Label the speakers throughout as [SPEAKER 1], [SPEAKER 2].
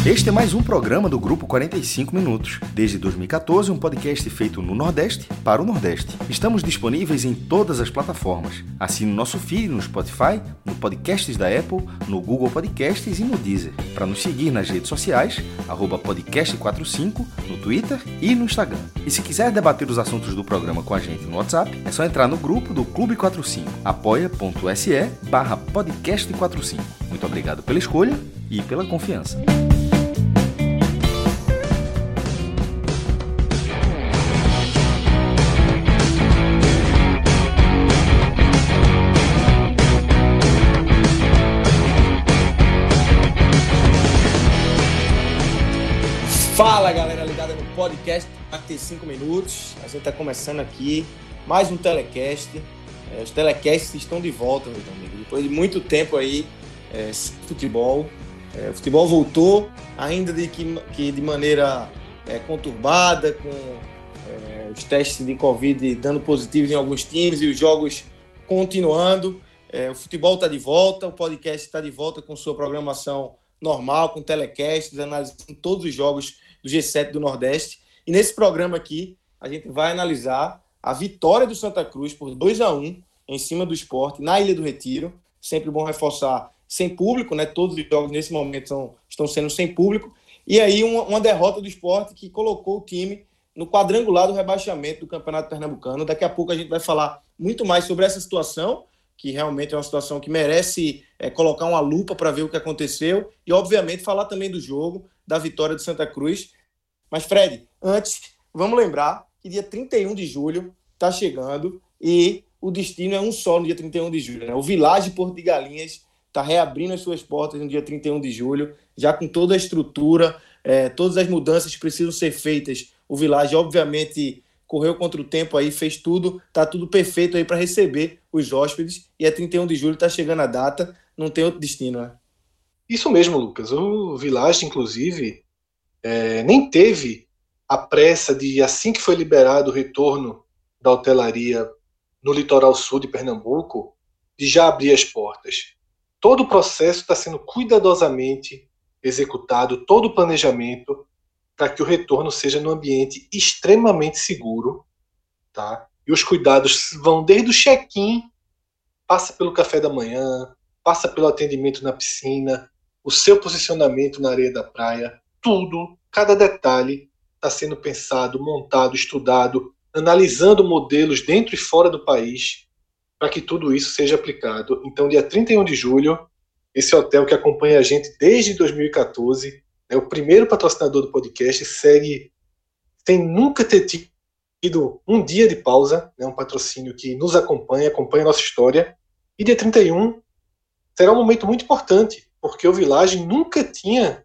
[SPEAKER 1] Este é mais um programa do Grupo 45 Minutos. Desde 2014, um podcast feito no Nordeste para o Nordeste. Estamos disponíveis em todas as plataformas. Assine o nosso feed no Spotify, no Podcasts da Apple, no Google Podcasts e no Deezer. Para nos seguir nas redes sociais, @podcast45, no Twitter e no Instagram. E se quiser debater os assuntos do programa com a gente no WhatsApp, é só entrar no grupo do Clube 45, apoia.se/podcast45. Muito obrigado pela escolha e pela confiança.
[SPEAKER 2] Fala, galera ligada no podcast 45 minutos. A gente está começando aqui mais um telecast. Os telecasts estão de volta, meus amigos. Depois de muito tempo aí, futebol. O futebol voltou, ainda de maneira conturbada, com os testes de Covid dando positivos em alguns times e os jogos continuando. O futebol está de volta, o podcast está de volta com sua programação normal, com telecasts, analisando todos os jogos do G7 do Nordeste. E nesse programa aqui, a gente vai analisar a vitória do Santa Cruz por 2-1 em cima do Sport na Ilha do Retiro. Sempre bom reforçar, sem público, né? Todos os jogos nesse momento estão sendo sem público. E aí uma derrota do Sport que colocou o time no quadrangular do rebaixamento do Campeonato Pernambucano. Daqui a pouco a gente vai falar muito mais sobre essa situação, que realmente é uma situação que merece colocar uma lupa para ver o que aconteceu e, obviamente, falar também do jogo, da vitória do Santa Cruz. Mas, Fred, antes, vamos lembrar que dia 31 de julho está chegando e o destino é um só no dia 31 de julho. Né? O Village Porto de Galinhas está reabrindo as suas portas no dia 31 de julho, já com toda a estrutura, todas as mudanças que precisam ser feitas. O Village, obviamente, correu contra o tempo aí, fez tudo, tá tudo perfeito aí para receber os hóspedes, e é 31 de julho, está chegando a data, não tem outro destino, né?
[SPEAKER 3] Isso mesmo, Lucas. O Village, inclusive, nem teve a pressa de, assim que foi liberado o retorno da hotelaria no litoral sul de Pernambuco, de já abrir as portas. Todo o processo está sendo cuidadosamente executado, todo o planejamento, para que o retorno seja num ambiente extremamente seguro, tá? E os cuidados vão desde o check-in, passa pelo café da manhã, passa pelo atendimento na piscina, o seu posicionamento na areia da praia, tudo, cada detalhe está sendo pensado, montado, estudado, analisando modelos dentro e fora do país, para que tudo isso seja aplicado. Então, dia 31 de julho, esse hotel que acompanha a gente desde 2014, é o primeiro patrocinador do podcast, segue sem nunca ter tido um dia de pausa, né, um patrocínio que nos acompanha a nossa história. E dia 31 será um momento muito importante, porque o Village nunca tinha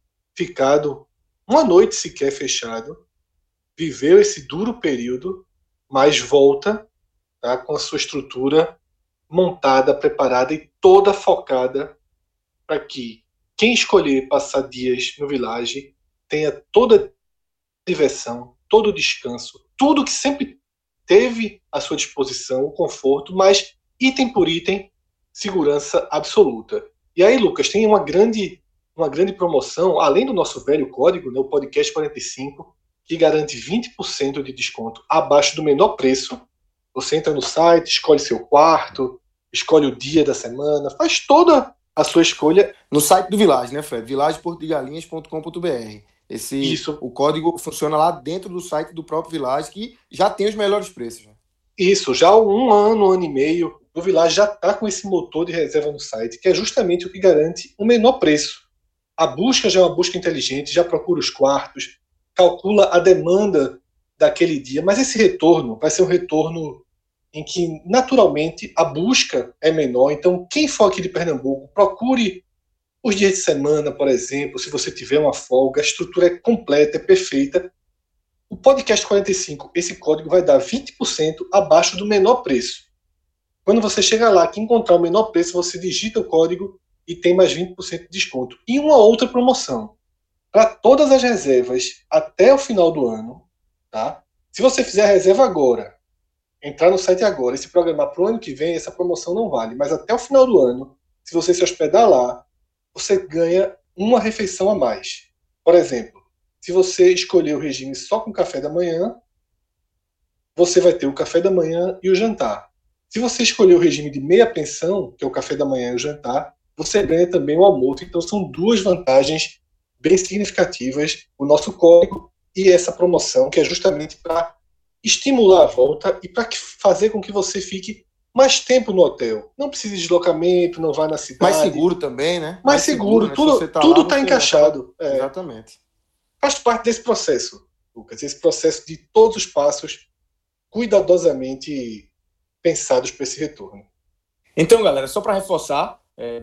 [SPEAKER 3] ficado uma noite sequer fechado, viveu esse duro período, mas volta, tá, com a sua estrutura montada, preparada e toda focada para que quem escolher passar dias no Village tenha toda a diversão, todo o descanso, tudo que sempre teve à sua disposição, o conforto, mas item por item, segurança absoluta. E aí, Lucas, tem uma grande promoção, além do nosso velho código, né, o Podcast 45, que garante 20% de desconto abaixo do menor preço. Você entra no site, escolhe seu quarto, escolhe o dia da semana, faz toda a sua escolha.
[SPEAKER 2] No site do Village, né, Fred? villageportodegalinhas.com.br.
[SPEAKER 3] Isso.
[SPEAKER 2] O código funciona lá dentro do site do próprio Village, que já tem os melhores preços. Né?
[SPEAKER 3] Isso, já há um ano e meio, o Village já está com esse motor de reserva no site, que é justamente o que garante o menor preço. A busca já é uma busca inteligente, já procura os quartos, calcula a demanda daquele dia, mas esse retorno vai ser um retorno em que, naturalmente, a busca é menor. Então, quem for aqui de Pernambuco, procure os dias de semana, por exemplo, se você tiver uma folga, a estrutura é completa, é perfeita. O Podcast 45, esse código vai dar 20% abaixo do menor preço. Quando você chegar lá e encontrar o menor preço, você digita o código e tem mais 20% de desconto. E uma outra promoção. Para todas as reservas até o final do ano, tá? Se você fizer a reserva agora, entrar no site agora e se programar para o ano que vem, essa promoção não vale. Mas até o final do ano, se você se hospedar lá, você ganha uma refeição a mais. Por exemplo, se você escolher o regime só com café da manhã, você vai ter o café da manhã e o jantar. Se você escolher o regime de meia pensão, que é o café da manhã e o jantar, você ganha também o almoço. Então são duas vantagens bem significativas, o nosso código e essa promoção, que é justamente para estimular a volta e para fazer com que você fique mais tempo no hotel. Não precisa de deslocamento, não vá na cidade.
[SPEAKER 2] Mais seguro também, né?
[SPEAKER 3] Mais seguro,
[SPEAKER 2] né?
[SPEAKER 3] Tudo está encaixado.
[SPEAKER 2] Exatamente.
[SPEAKER 3] Faz parte desse processo, Lucas, esse processo de todos os passos cuidadosamente pensados para esse retorno.
[SPEAKER 2] Então, galera, só para reforçar,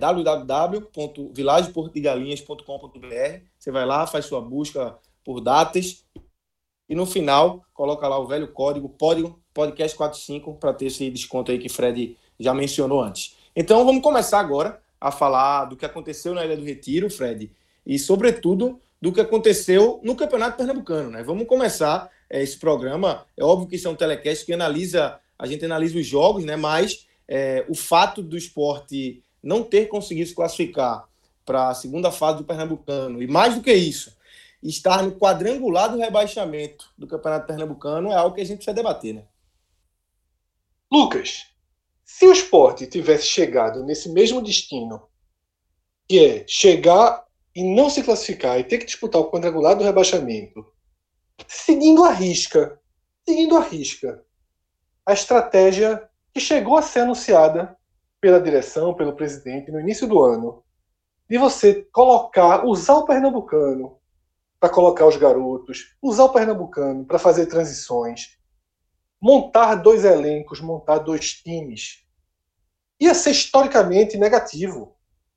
[SPEAKER 2] www.vilageportodegalinhas.com.br. Você vai lá, faz sua busca por datas e no final coloca lá o velho código podcast45 para ter esse desconto aí que Fred já mencionou antes. Então, vamos começar agora a falar do que aconteceu na Ilha do Retiro, Fred, e sobretudo do que aconteceu no Campeonato Pernambucano, né? Vamos começar esse programa. É óbvio que isso é um telecast que a gente analisa os jogos, né? Mas o fato do Sport não ter conseguido se classificar para a segunda fase do Pernambucano, e mais do que isso, estar no quadrangular do rebaixamento do Campeonato Pernambucano é algo que a gente precisa debater, né?
[SPEAKER 3] Lucas, se o Sport tivesse chegado nesse mesmo destino, que é chegar e não se classificar e ter que disputar o quadrangular do rebaixamento, seguindo a risca a estratégia que chegou a ser anunciada pela direção, pelo presidente, no início do ano, de você usar o Pernambucano para colocar os garotos, usar o Pernambucano para fazer transições, montar dois elencos, montar dois times, ia ser historicamente negativo.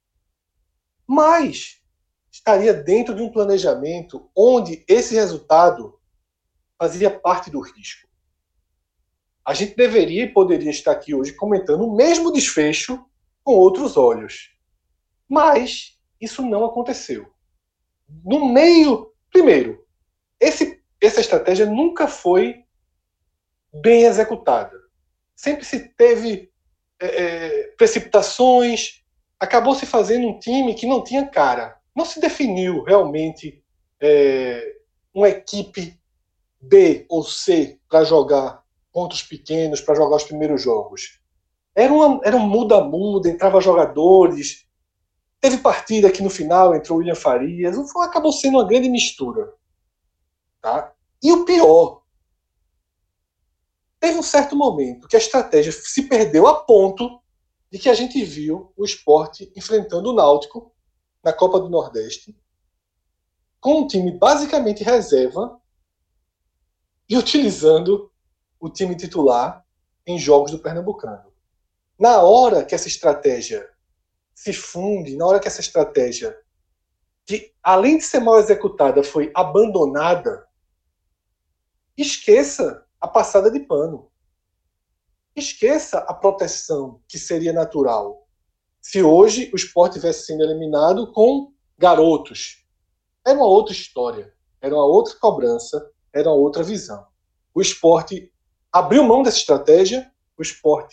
[SPEAKER 3] Mas estaria dentro de um planejamento onde esse resultado fazia parte do risco. A gente deveria e poderia estar aqui hoje comentando o mesmo desfecho com outros olhos. Mas isso não aconteceu. No meio, primeiro, essa estratégia nunca foi bem executada. Sempre se teve precipitações, acabou se fazendo um time que não tinha cara. Não se definiu realmente uma equipe B ou C para jogar contra os pequenos, para jogar os primeiros jogos. Era um muda-muda, entrava jogadores. Teve partida que no final entrou o William Farias. Acabou sendo uma grande mistura. Tá? E o pior, teve um certo momento que a estratégia se perdeu a ponto de que a gente viu o Sport enfrentando o Náutico na Copa do Nordeste com um time basicamente reserva e utilizando o time titular em jogos do Pernambucano. Na hora que essa estratégia se funde, na hora que essa estratégia, que além de ser mal executada, foi abandonada, esqueça a passada de pano. Esqueça a proteção que seria natural se hoje o Sport tivesse sendo eliminado com garotos. Era uma outra história, era uma outra cobrança, era uma outra visão. O Sport abriu mão dessa estratégia, o Sport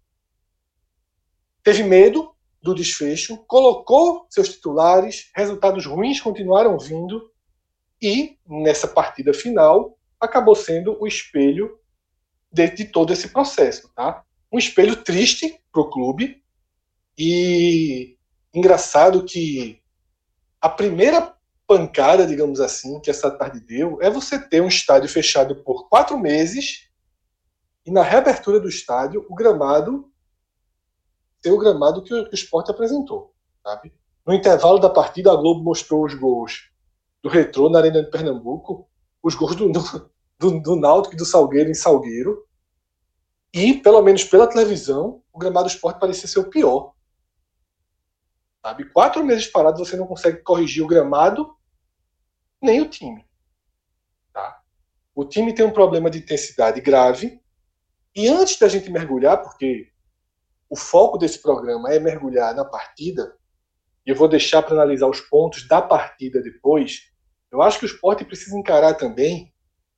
[SPEAKER 3] teve medo do desfecho, colocou seus titulares, resultados ruins continuaram vindo e, nessa partida final, acabou sendo o espelho de todo esse processo. Tá? Um espelho triste para o clube e engraçado que a primeira pancada, digamos assim, que essa tarde deu é você ter um estádio fechado por 4 meses e na reabertura do estádio o gramado ser o gramado que o Sport apresentou. Sabe? No intervalo da partida, a Globo mostrou os gols do Retrô na Arena de Pernambuco, os gols do Náutico e do Salgueiro em Salgueiro, e, pelo menos pela televisão, o gramado do Sport parecia ser o pior. Sabe? 4 meses parados você não consegue corrigir o gramado nem o time. Tá? O time tem um problema de intensidade grave, e antes da gente mergulhar, porque o foco desse programa é mergulhar na partida, e eu vou deixar para analisar os pontos da partida depois, eu acho que o Sport precisa encarar também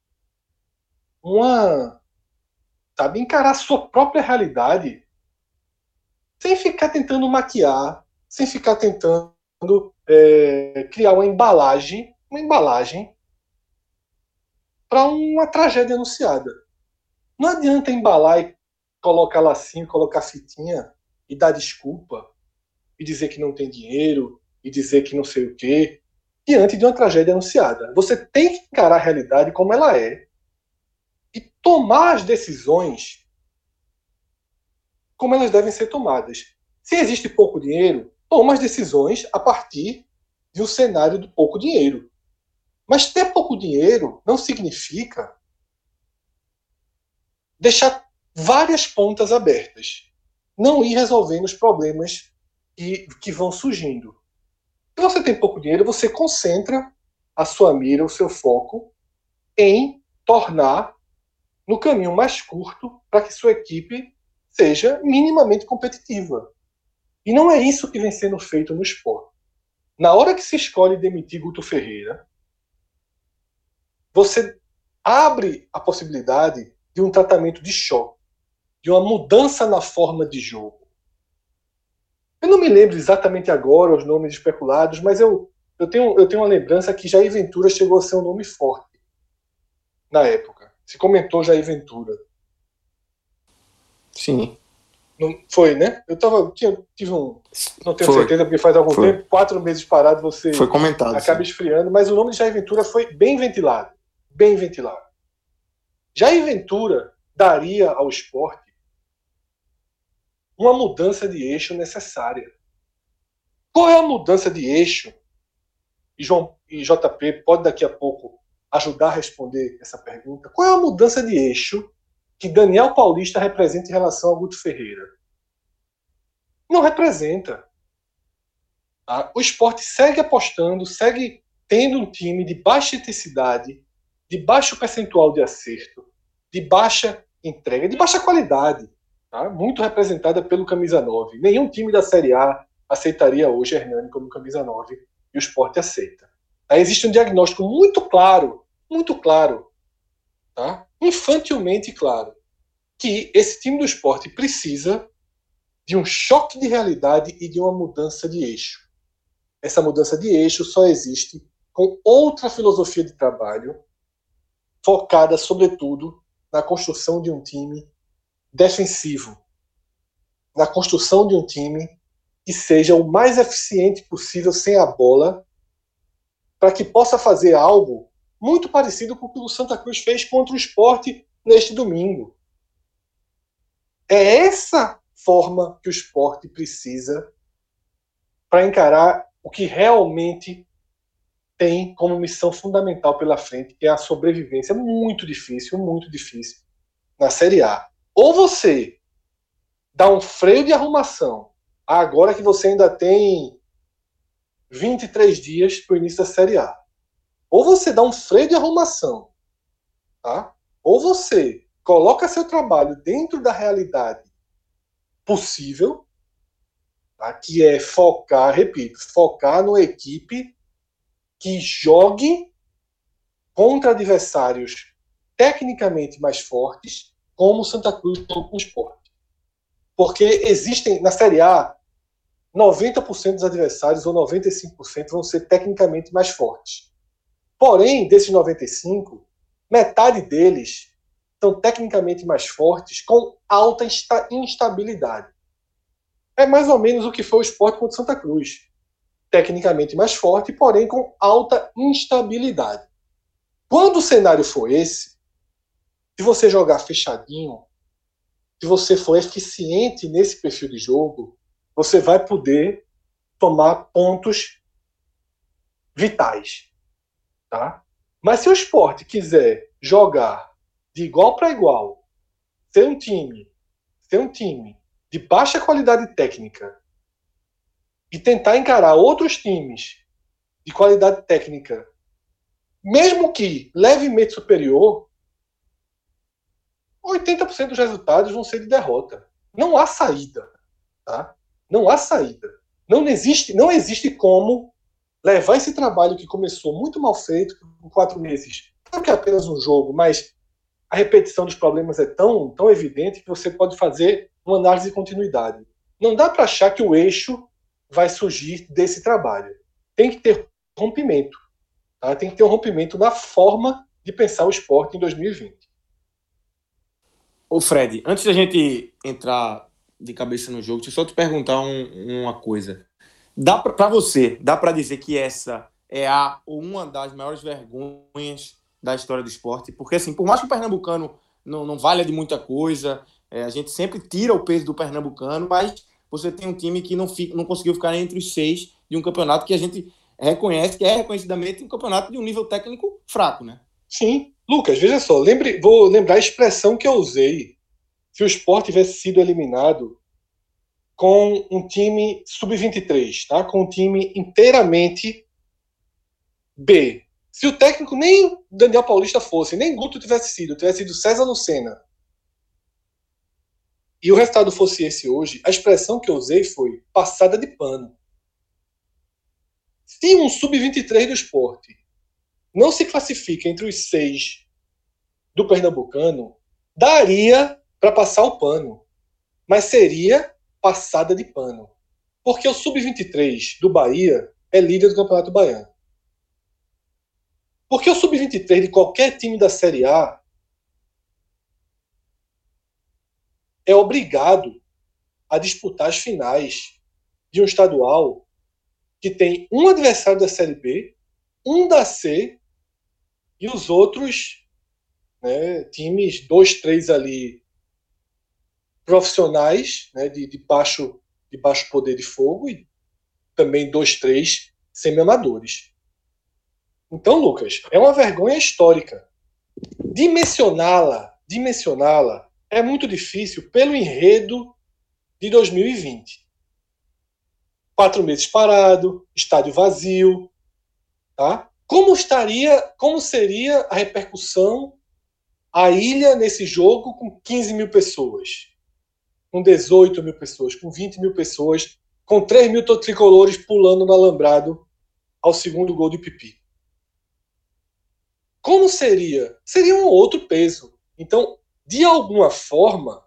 [SPEAKER 3] encarar a sua própria realidade sem ficar tentando maquiar, sem ficar tentando criar uma embalagem uma embalagem para uma tragédia anunciada. Não adianta embalar e colocar lacinho, colocar fitinha e dar desculpa e dizer que não tem dinheiro e dizer que não sei o quê diante de uma tragédia anunciada. Você tem que encarar a realidade como ela é e tomar as decisões como elas devem ser tomadas. Se existe pouco dinheiro, toma as decisões a partir de um cenário do pouco dinheiro. Mas ter pouco dinheiro não significa deixar várias pontas abertas. Não ir resolvendo os problemas que vão surgindo. Se você tem pouco dinheiro, você concentra a sua mira, o seu foco em tornar no caminho mais curto para que sua equipe seja minimamente competitiva. E não é isso que vem sendo feito no esporte. Na hora que se escolhe demitir Guto Ferreira, você abre a possibilidade de um tratamento de choque, de uma mudança na forma de jogo. Eu não me lembro exatamente agora os nomes especulados, mas eu tenho uma lembrança que Jair Ventura chegou a ser um nome forte na época. Se comentou Jair Ventura.
[SPEAKER 2] Sim.
[SPEAKER 3] Não, foi, né? Tive um... Não tenho certeza, porque faz algum tempo, 4 meses parado, você
[SPEAKER 2] foi comentado,
[SPEAKER 3] acaba
[SPEAKER 2] sim,
[SPEAKER 3] esfriando, mas o nome de Jair Ventura foi bem ventilado. Bem ventilado. Jair Ventura daria ao esporte uma mudança de eixo necessária. Qual é a mudança de eixo? E JP pode daqui a pouco ajudar a responder essa pergunta. Qual é a mudança de eixo que Daniel Paulista representa em relação a Guto Ferreira? Não representa. Tá? O esporte segue apostando, segue tendo um time de baixa intensidade, de baixo percentual de acerto, de baixa entrega, de baixa qualidade, tá? Muito representada pelo camisa 9. Nenhum time da Série A aceitaria hoje Hernani como camisa 9 e o esporte aceita. Tá? Existe um diagnóstico muito claro, tá? Infantilmente claro, que esse time do esporte precisa de um choque de realidade e de uma mudança de eixo. Essa mudança de eixo só existe com outra filosofia de trabalho, focada, sobretudo, na construção de um time defensivo, na construção de um time que seja o mais eficiente possível sem a bola, para que possa fazer algo muito parecido com o que o Santa Cruz fez contra o Sport neste domingo. É essa forma que o Sport precisa para encarar o que realmente tem como missão fundamental pela frente, que é a sobrevivência. Muito difícil na Série A. Ou você dá um freio de arrumação, agora que você ainda tem 23 dias para o início da Série A. Ou você dá um freio de arrumação, tá? Ou você coloca seu trabalho dentro da realidade possível, tá? Que é focar numa equipe que jogue contra adversários tecnicamente mais fortes, como o Santa Cruz jogou com o Sport. Porque existem, na Série A, 90% dos adversários, ou 95%, vão ser tecnicamente mais fortes. Porém, desses 95%, metade deles são tecnicamente mais fortes, com alta instabilidade. É mais ou menos o que foi o Sport contra o Santa Cruz. Tecnicamente mais forte, porém com alta instabilidade. Quando o cenário for esse, se você jogar fechadinho, se você for eficiente nesse perfil de jogo, você vai poder tomar pontos vitais. Tá? Mas se o Sport quiser jogar de igual para igual, ser um time de baixa qualidade técnica e tentar encarar outros times de qualidade técnica, mesmo que levemente superior, 80% dos resultados vão ser de derrota. Não há saída. Tá? Não há saída. Não existe como levar esse trabalho que começou muito mal feito por 4 meses. Claro que é apenas um jogo, mas a repetição dos problemas é tão evidente que você pode fazer uma análise de continuidade. Não dá para achar que o eixo vai surgir desse trabalho. Tem que ter rompimento. Tá? Tem que ter um rompimento na forma de pensar o esporte em 2020.
[SPEAKER 2] Ô Fred, antes da gente entrar de cabeça no jogo, deixa eu só te perguntar uma coisa. Para você, dá para dizer que essa é uma das maiores vergonhas da história do esporte? Porque, assim, por mais que o pernambucano não valha de muita coisa, a gente sempre tira o peso do pernambucano, mas você tem um time que não conseguiu ficar entre os 6 de um campeonato que a gente reconhece que é reconhecidamente um campeonato de um nível técnico fraco, né?
[SPEAKER 3] Sim. Lucas, veja só, vou lembrar a expressão que eu usei se o Sport tivesse sido eliminado com um time sub-23, tá? Com um time inteiramente B. Se o técnico nem Daniel Paulista fosse, nem Guto tivesse sido César Lucena, e o resultado fosse esse hoje, a expressão que eu usei foi passada de pano. Se um sub-23 do Sport não se classifica entre os 6 do Pernambucano, daria para passar o pano. Mas seria passada de pano. Porque o sub-23 do Bahia é líder do Campeonato Baiano. Porque o sub-23 de qualquer time da Série A é obrigado a disputar as finais de um estadual que tem um adversário da Série B, um da C e os outros, né, times, 2, 3 ali profissionais, né, de baixo poder de fogo e também 2, 3 semi-amadores. Então, Lucas, é uma vergonha histórica. Dimensioná-la é muito difícil pelo enredo de 2020. 4 meses parado, estádio vazio, tá? Como seria a repercussão a ilha nesse jogo com 15 mil pessoas, com 18 mil pessoas, com 20 mil pessoas, com 3 mil tricolores pulando no alambrado ao segundo gol de Pipi? Como seria? Seria um outro peso. Então, de alguma forma,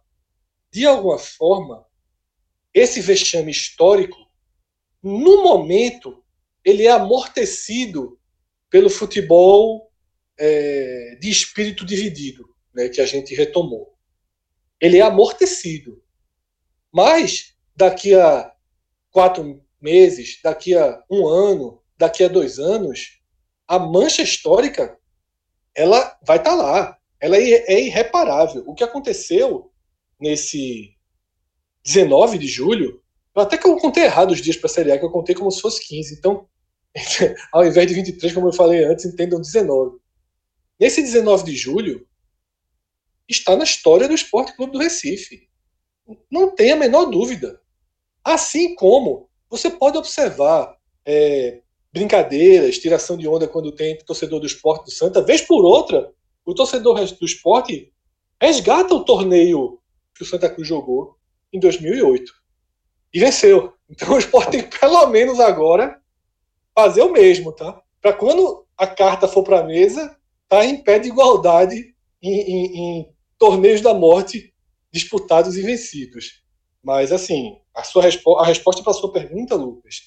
[SPEAKER 3] esse vexame histórico, no momento, ele é amortecido pelo futebol de espírito dividido, né, que a gente retomou. Ele é amortecido. Mas, daqui a 4 meses, daqui a 1 ano, daqui a 2 anos, a mancha histórica ela vai estar lá. Ela é irreparável. O que aconteceu nesse 19 de julho, até que eu contei errado os dias para a Série A, que eu contei como se fosse 15. Então, ao invés de 23, como eu falei antes, entendam 19. Nesse 19 de julho, está na história do Esporte Clube do Recife. Não tem a menor dúvida. Assim como você pode observar brincadeiras, tiração de onda quando tem torcedor do Sport do Santa, vez por outra, o torcedor do Sport resgata o torneio que o Santa Cruz jogou em 2008 e venceu. Então o Sport tem que, pelo menos agora, fazer o mesmo, tá? Para quando a carta for para a mesa, tá em pé de igualdade em torneios da morte disputados e vencidos. Mas, assim, a resposta para a sua pergunta, Lucas,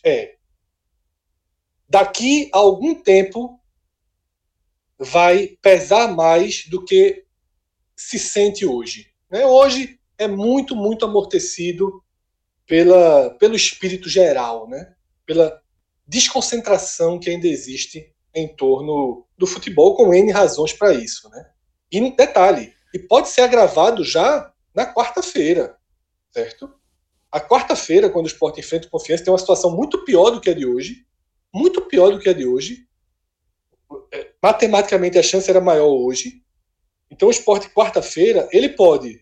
[SPEAKER 3] daqui a algum tempo vai pesar mais do que se sente hoje. Né? Hoje é muito, muito amortecido pelo espírito geral, né? Pela desconcentração que ainda existe em torno do futebol, com N razões para isso. Né? E detalhe, e pode ser agravado já na quarta-feira, certo? A quarta-feira, quando o Sport enfrenta o Confiança, tem uma situação muito pior do que a de hoje, muito pior do que a de hoje. Matematicamente a chance era maior hoje. Então o Sport, quarta-feira, ele pode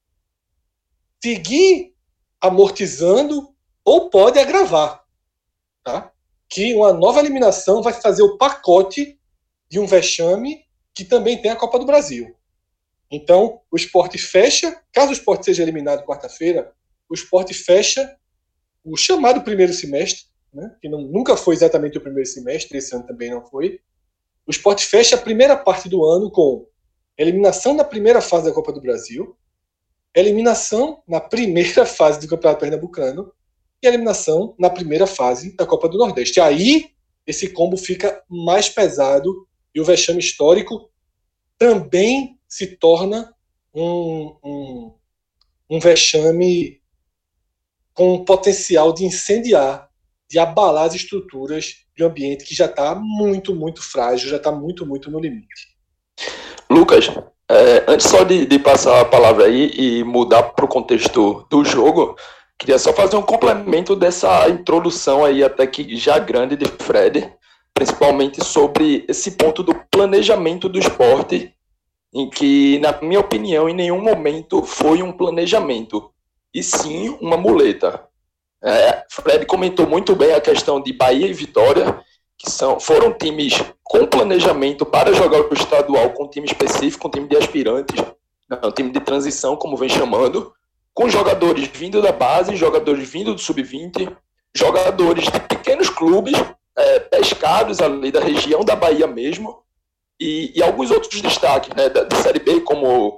[SPEAKER 3] seguir amortizando ou pode agravar, tá? Que uma nova eliminação vai fazer o pacote de um vexame que também tem a Copa do Brasil. Então o Sport fecha, caso o Sport seja eliminado quarta-feira, o Sport fecha o chamado primeiro semestre, né, que nunca foi exatamente o primeiro semestre, esse ano também não foi. O Sport fecha a primeira parte do ano com eliminação na primeira fase da Copa do Brasil, eliminação na primeira fase do Campeonato Pernambucano e eliminação na primeira fase da Copa do Nordeste. Aí esse combo fica mais pesado e o vexame histórico também se torna um vexame com potencial de incendiar, de abalar as estruturas de um ambiente que já está muito, muito frágil, já está muito, muito no limite.
[SPEAKER 4] Lucas, antes só de passar a palavra aí e mudar para o contexto do jogo, queria só fazer um complemento dessa introdução aí até que já grande de Fred, principalmente sobre esse ponto do planejamento do esporte, em que, na minha opinião, em nenhum momento foi um planejamento, e sim uma muleta. Fred comentou muito bem a questão de Bahia e Vitória, que foram times com planejamento para jogar o estadual com um time específico, um time de aspirantes, um time de transição, como vem chamando, com jogadores vindo da base, jogadores vindo do sub-20, jogadores de pequenos clubes, pescados ali da região da Bahia mesmo, e alguns outros destaques, né, da Série B, como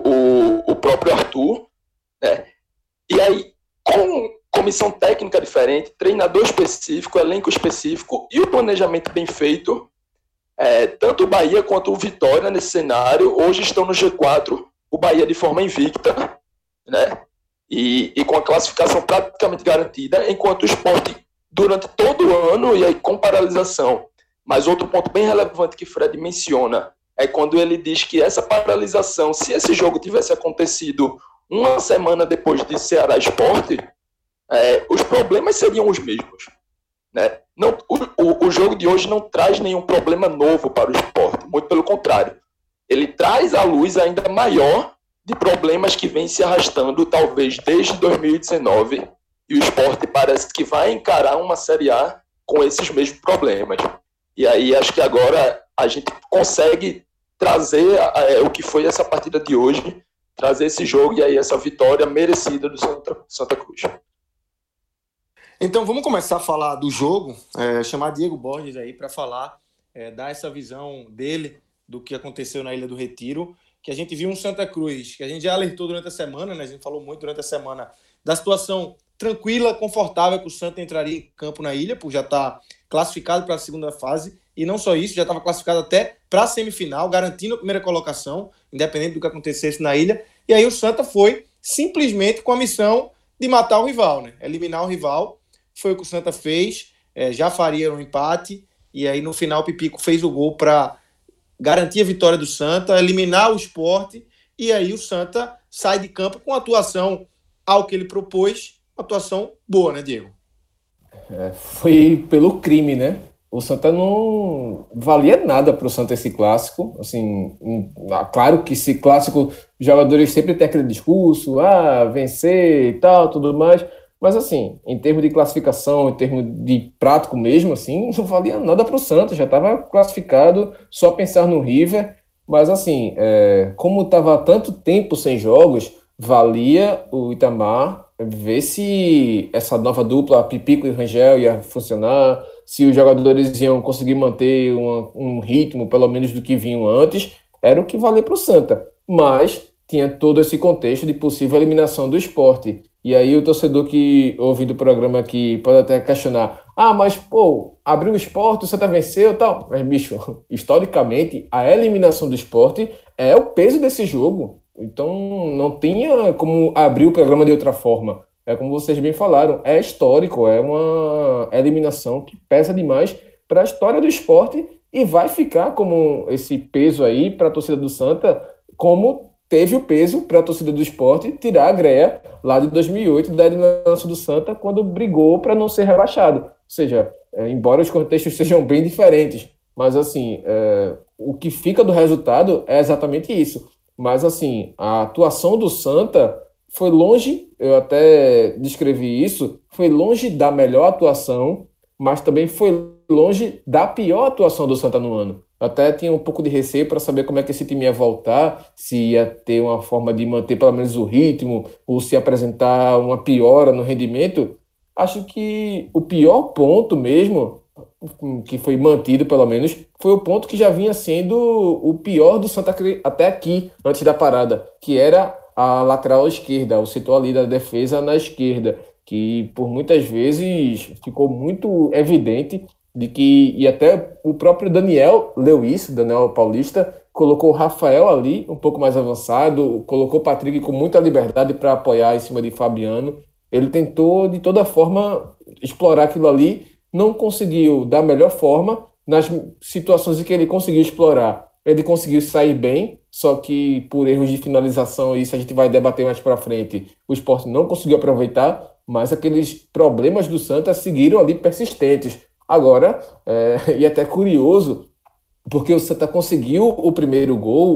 [SPEAKER 4] o próprio Arthur, né? E aí, com comissão técnica diferente, treinador específico, elenco específico e o planejamento bem feito, tanto o Bahia quanto o Vitória nesse cenário, hoje estão no G4, o Bahia de forma invicta, né? E com a classificação praticamente garantida, enquanto o Sport durante todo o ano, e aí com paralisação. Mas outro ponto bem relevante que Fred menciona é quando ele diz que essa paralisação, se esse jogo tivesse acontecido uma semana depois de Ceará Sport, os problemas seriam os mesmos, né? Não, o jogo de hoje não traz nenhum problema novo para o Sport, muito pelo contrário. Ele traz à luz ainda maior de problemas que vem se arrastando talvez desde 2019, e o Sport parece que vai encarar uma Série A com esses mesmos problemas. E aí acho que agora a gente consegue trazer o que foi essa partida de hoje, trazer esse jogo e aí essa vitória merecida do Santa Cruz.
[SPEAKER 2] Então vamos começar a falar do jogo, chamar Diego Borges aí para falar, dar essa visão dele do que aconteceu na Ilha do Retiro, que a gente viu um Santa Cruz, que a gente já alertou durante a semana, né? A gente falou muito durante a semana da situação tranquila, confortável que o Santa entraria em campo na ilha, por já estar classificado para a segunda fase, e não só isso, já estava classificado até para a semifinal, garantindo a primeira colocação, independente do que acontecesse na ilha, e aí o Santa foi simplesmente com a missão de matar o rival, né? Eliminar o rival, foi o que o Santa fez, já faria um empate, e aí no final o Pipico fez o gol para garantir a vitória do Santa, eliminar o Sport, e aí o Santa sai de campo com a atuação ao que ele propôs, uma atuação boa, né, Diego?
[SPEAKER 5] Foi pelo crime, né? O Santa não valia nada para o Santa esse clássico. Assim, claro que esse clássico, os jogadores sempre têm aquele discurso, vencer e tal, tudo mais. Mas assim, em termos de classificação, em termos de prático mesmo, assim, não valia nada para o Santa. Já estava classificado, só pensar no River. Mas assim, como estava há tanto tempo sem jogos, valia o Itamar ver se essa nova dupla, Pipico e Rangel, ia funcionar, se os jogadores iam conseguir manter um ritmo, pelo menos do que vinham antes, era o que valia para o Santa. Mas tinha todo esse contexto de possível eliminação do Sport. E aí o torcedor que ouve do programa aqui pode até questionar, mas pô, abriu o Sport, o Santa venceu e tal. Mas, bicho, historicamente, a eliminação do Sport é o peso desse jogo. Então, não tinha como abrir o programa de outra forma. É como vocês bem falaram, é histórico, é uma eliminação que pesa demais para a história do esporte e vai ficar como esse peso aí para a torcida do Santa, como teve o peso para a torcida do esporte tirar a greia lá de 2008 da eliminação do Santa, quando brigou para não ser rebaixado. Ou seja, embora os contextos sejam bem diferentes, mas assim, o que fica do resultado é exatamente isso. Mas, assim, a atuação do Santa foi longe, eu até descrevi isso, foi longe da melhor atuação, mas também foi longe da pior atuação do Santa no ano. Eu até tinha um pouco de receio para saber como é que esse time ia voltar, se ia ter uma forma de manter pelo menos o ritmo, ou se apresentar uma piora no rendimento. Acho que o pior ponto mesmo, que foi mantido pelo menos, foi o ponto que já vinha sendo o pior do Santa até aqui, antes da parada, que era a lateral esquerda, o setor ali da defesa na esquerda, que por muitas vezes ficou muito evidente e até o próprio Daniel leu isso, Daniel Paulista, colocou o Rafael ali, um pouco mais avançado, colocou o Patrick com muita liberdade para apoiar em cima de Fabiano. Ele tentou, de toda forma, explorar aquilo ali, não conseguiu da melhor forma. Nas situações em que ele conseguiu explorar, ele conseguiu sair bem, só que por erros de finalização, isso a gente vai debater mais para frente, o Sport não conseguiu aproveitar, mas aqueles problemas do Santa seguiram ali persistentes. Agora, e até curioso, porque o Santa conseguiu o primeiro gol,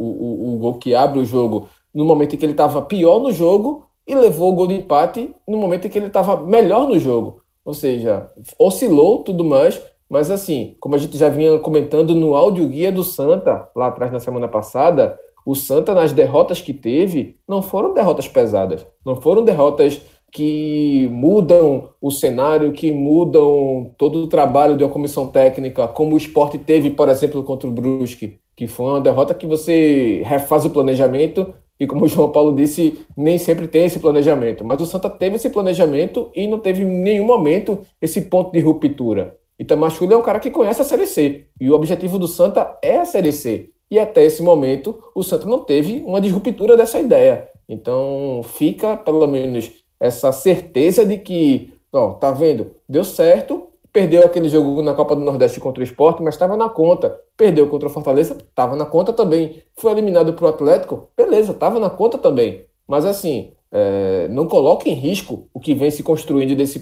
[SPEAKER 5] o gol que abre o jogo, no momento em que ele estava pior no jogo, e levou o gol de empate no momento em que ele estava melhor no jogo. Ou seja, oscilou tudo mais, mas assim, como a gente já vinha comentando no áudio guia do Santa, lá atrás na semana passada, o Santa, nas derrotas que teve, não foram derrotas pesadas, não foram derrotas que mudam o cenário, que mudam todo o trabalho de uma comissão técnica, como o Sport teve, por exemplo, contra o Brusque, que foi uma derrota que você refaz o planejamento, e como o João Paulo disse, nem sempre tem esse planejamento. Mas o Santa teve esse planejamento e não teve em nenhum momento esse ponto de ruptura. E Tamachule é um cara que conhece a Série C. E o objetivo do Santa é a Série C. E até esse momento, o Santa não teve uma disruptura dessa ideia. Então, fica, pelo menos, essa certeza de que, ó, tá vendo? Deu certo, perdeu aquele jogo na Copa do Nordeste contra o Sport, mas estava na conta. Perdeu contra o Fortaleza, estava na conta também. Foi eliminado para o Atlético, beleza, estava na conta também. Mas assim, não coloca em risco o que vem se construindo desse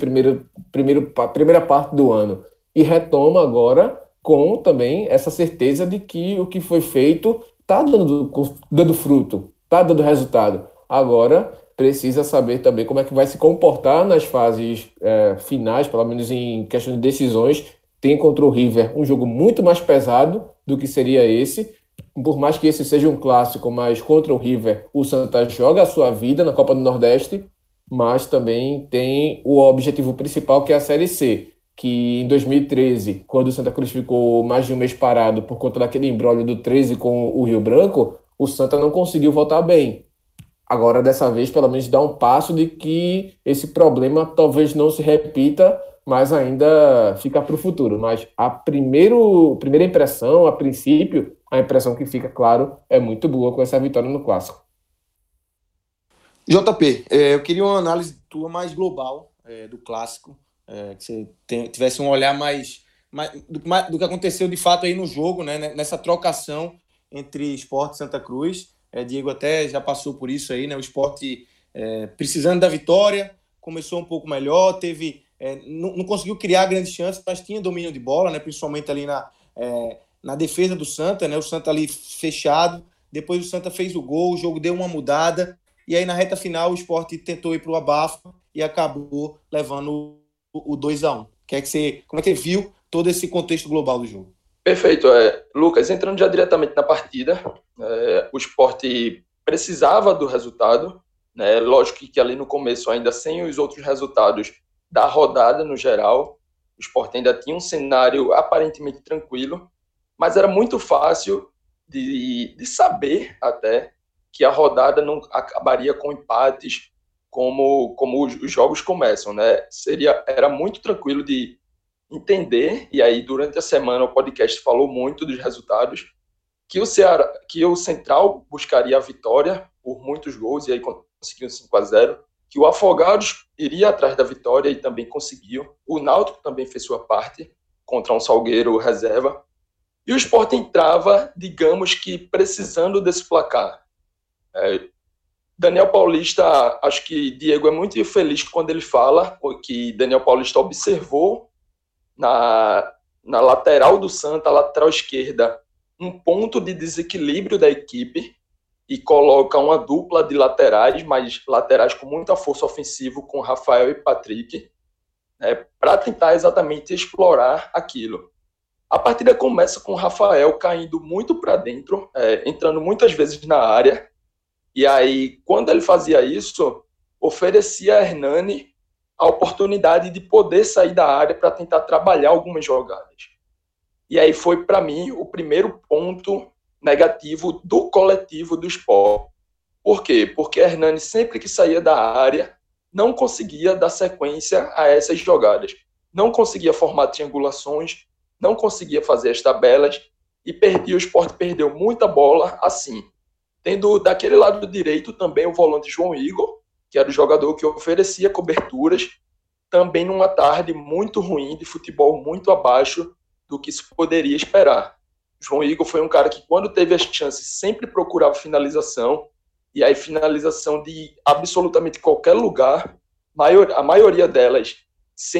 [SPEAKER 5] primeira parte do ano. E retoma agora com também essa certeza de que o que foi feito está dando fruto, está dando resultado. Agora precisa saber também como é que vai se comportar nas fases finais, pelo menos em questão de decisões. Tem contra o River um jogo muito mais pesado do que seria esse. Por mais que esse seja um clássico, mas contra o River o Santa joga a sua vida na Copa do Nordeste, mas também tem o objetivo principal, que é a Série C, que em 2013, quando o Santa Cruz ficou mais de um mês parado por conta daquele imbróglio do 13 com o Rio Branco, o Santa não conseguiu voltar bem. Agora, dessa vez, pelo menos dá um passo de que esse problema talvez não se repita, mas ainda fica para o futuro. Mas a primeira impressão, a princípio, a impressão que fica, claro, é muito boa com essa vitória no Clássico.
[SPEAKER 2] JP, eu queria uma análise tua mais global do Clássico, que você tivesse um olhar mais do que aconteceu de fato aí no jogo, né, nessa trocação entre Sport e Santa Cruz. Diego até já passou por isso aí, né? O Sport precisando da vitória, começou um pouco melhor, não conseguiu criar grandes chances, mas tinha domínio de bola, né? Principalmente ali na defesa do Santa, né? O Santa ali fechado, depois o Santa fez o gol, o jogo deu uma mudada, e aí na reta final o Sport tentou ir para o abafo e acabou levando o 2-1. Como é que você viu todo esse contexto global do jogo?
[SPEAKER 4] Perfeito. Lucas, entrando já diretamente na partida, o Sport precisava do resultado, né? Lógico que ali no começo, ainda sem os outros resultados da rodada no geral, o Sport ainda tinha um cenário aparentemente tranquilo, mas era muito fácil de saber até que a rodada não acabaria com empates como os jogos começam, né? Era muito tranquilo de entender, e aí durante a semana o podcast falou muito dos resultados, que o Central buscaria a vitória por muitos gols, e aí conseguiu 5-0, que o Afogados iria atrás da vitória e também conseguiu, o Náutico também fez sua parte contra um Salgueiro reserva, e o Sport entrava, digamos que precisando desse placar. Daniel Paulista, acho que Diego é muito feliz quando ele fala que Daniel Paulista observou na lateral do Santa, lateral esquerda, um ponto de desequilíbrio da equipe e coloca uma dupla de laterais, mas laterais com muita força ofensiva, com Rafael e Patrick, para tentar exatamente explorar aquilo. A partida começa com o Rafael caindo muito para dentro, entrando muitas vezes na área, e aí, quando ele fazia isso, oferecia a Hernani a oportunidade de poder sair da área para tentar trabalhar algumas jogadas. E aí foi, para mim, o primeiro ponto negativo do coletivo do Sport. Por quê? Porque Hernani, sempre que saía da área, não conseguia dar sequência a essas jogadas. não conseguia formar triangulações, não conseguia fazer as tabelas e perdia. O Sport perdeu muita bola assim. Tendo daquele lado direito também o volante João Igor, que era o jogador que oferecia coberturas, também numa tarde muito ruim, de futebol muito abaixo do que se poderia esperar. João Igor foi um cara que, quando teve as chances, sempre procurava finalização, e aí finalização de absolutamente qualquer lugar, a maioria delas sem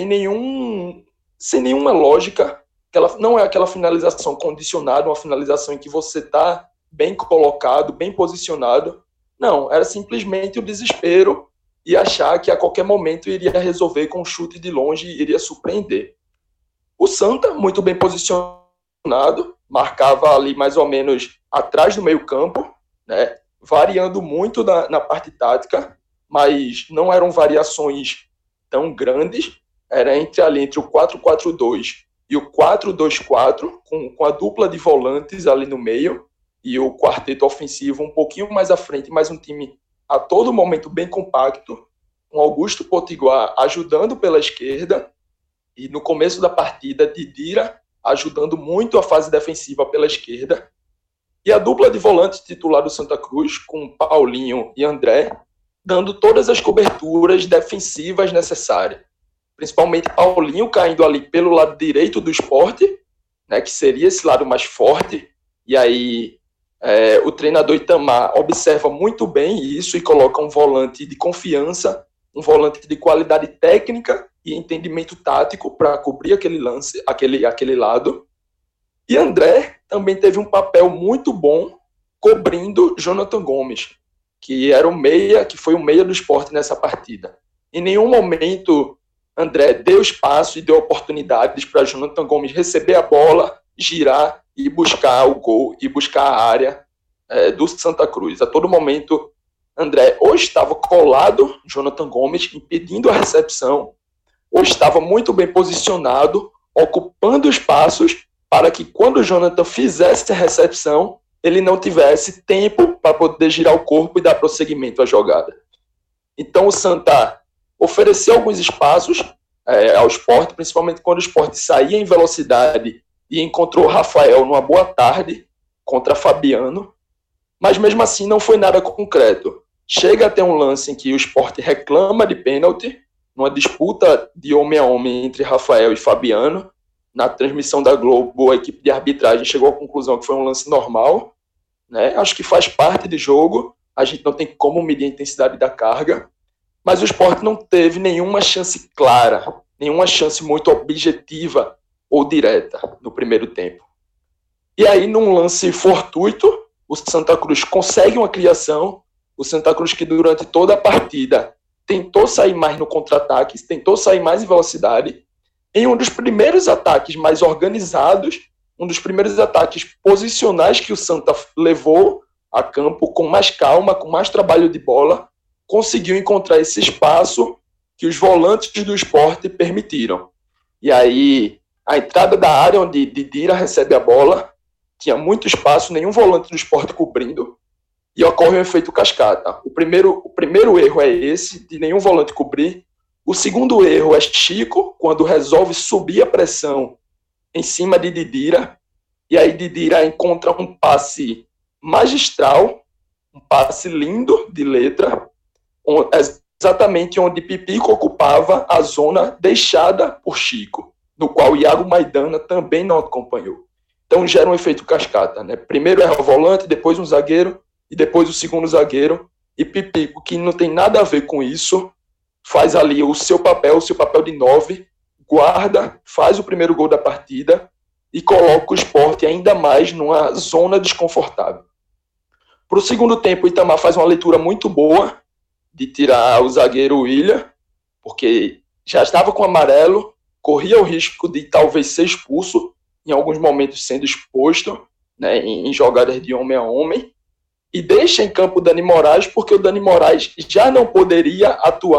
[SPEAKER 4] nenhuma lógica, que ela não é aquela finalização condicionada, uma finalização em que você está bem colocado, bem posicionado. Não, era simplesmente o desespero e achar que a qualquer momento iria resolver com um chute de longe e iria surpreender. O Santa, muito bem posicionado, marcava ali mais ou menos atrás do meio-campo, né, variando muito na parte tática, mas não eram variações tão grandes. Era entre o 4-4-2 e o 4-2-4, com a dupla de volantes ali no meio, e o quarteto ofensivo um pouquinho mais à frente, mas um time a todo momento bem compacto, com Augusto Potiguar ajudando pela esquerda, e no começo da partida, Didira ajudando muito a fase defensiva pela esquerda, e a dupla de volantes titular do Santa Cruz, com Paulinho e André, dando todas as coberturas defensivas necessárias. Principalmente Paulinho caindo ali pelo lado direito do Sport, né, que seria esse lado mais forte, e aí o treinador Itamar observa muito bem isso e coloca um volante de confiança, um volante de qualidade técnica e entendimento tático para cobrir aquele lance, aquele lado. E André também teve um papel muito bom cobrindo Jonathan Gomes, que era que foi o meia do Sport nessa partida. Em nenhum momento André deu espaço e deu oportunidades para Jonathan Gomes receber a bola, girar e buscar o gol e buscar a área do Santa Cruz. A todo momento, André ou estava colado, Jonathan Gomes, impedindo a recepção, ou estava muito bem posicionado, ocupando espaços para que, quando o Jonathan fizesse a recepção, ele não tivesse tempo para poder girar o corpo e dar prosseguimento à jogada. Então, o Santa ofereceu alguns espaços ao Sport, principalmente quando o Sport saía em velocidade e encontrou Rafael numa boa tarde contra Fabiano, mas mesmo assim não foi nada concreto. Chega a ter um lance em que o Sport reclama de pênalti, numa disputa de homem a homem entre Rafael e Fabiano. Na transmissão da Globo, a equipe de arbitragem chegou à conclusão que foi um lance normal, né? Acho que faz parte de jogo, a gente não tem como medir a intensidade da carga, mas o Sport não teve nenhuma chance clara, nenhuma chance muito objetiva ou direta no primeiro tempo. E aí, num lance fortuito, o Santa Cruz consegue uma criação, o Santa Cruz que durante toda a partida tentou sair mais no contra-ataque, tentou sair mais em velocidade, em um dos primeiros ataques mais organizados, um dos primeiros ataques posicionais que o Santa levou a campo com mais calma, com mais trabalho de bola, conseguiu encontrar esse espaço que os volantes do Sport permitiram. E aí, a entrada da área onde Didira recebe a bola, tinha muito espaço, nenhum volante do Sport cobrindo, e ocorre um efeito cascata. O primeiro erro é esse, de nenhum volante cobrir. O segundo erro é Chico, quando resolve subir a pressão em cima de Didira, e aí Didira encontra um passe magistral, um passe lindo de letra, exatamente onde Pipico ocupava a zona deixada por Chico, no qual Iago Maidana também não acompanhou. Então gera um efeito cascata, né? Primeiro erra o volante, depois um zagueiro, e depois o segundo zagueiro, e Pipico, que não tem nada a ver com isso, faz ali o seu papel de 9, guarda, faz o primeiro gol da partida e coloca o Sport ainda mais numa zona desconfortável. Para o segundo tempo, o Itamar faz uma leitura muito boa de tirar o zagueiro William, porque já estava com amarelo, corria o risco de talvez ser expulso, em alguns momentos sendo exposto, né, em jogadas de homem a homem, e deixa em campo o Dani Moraes, porque o Dani Moraes já não poderá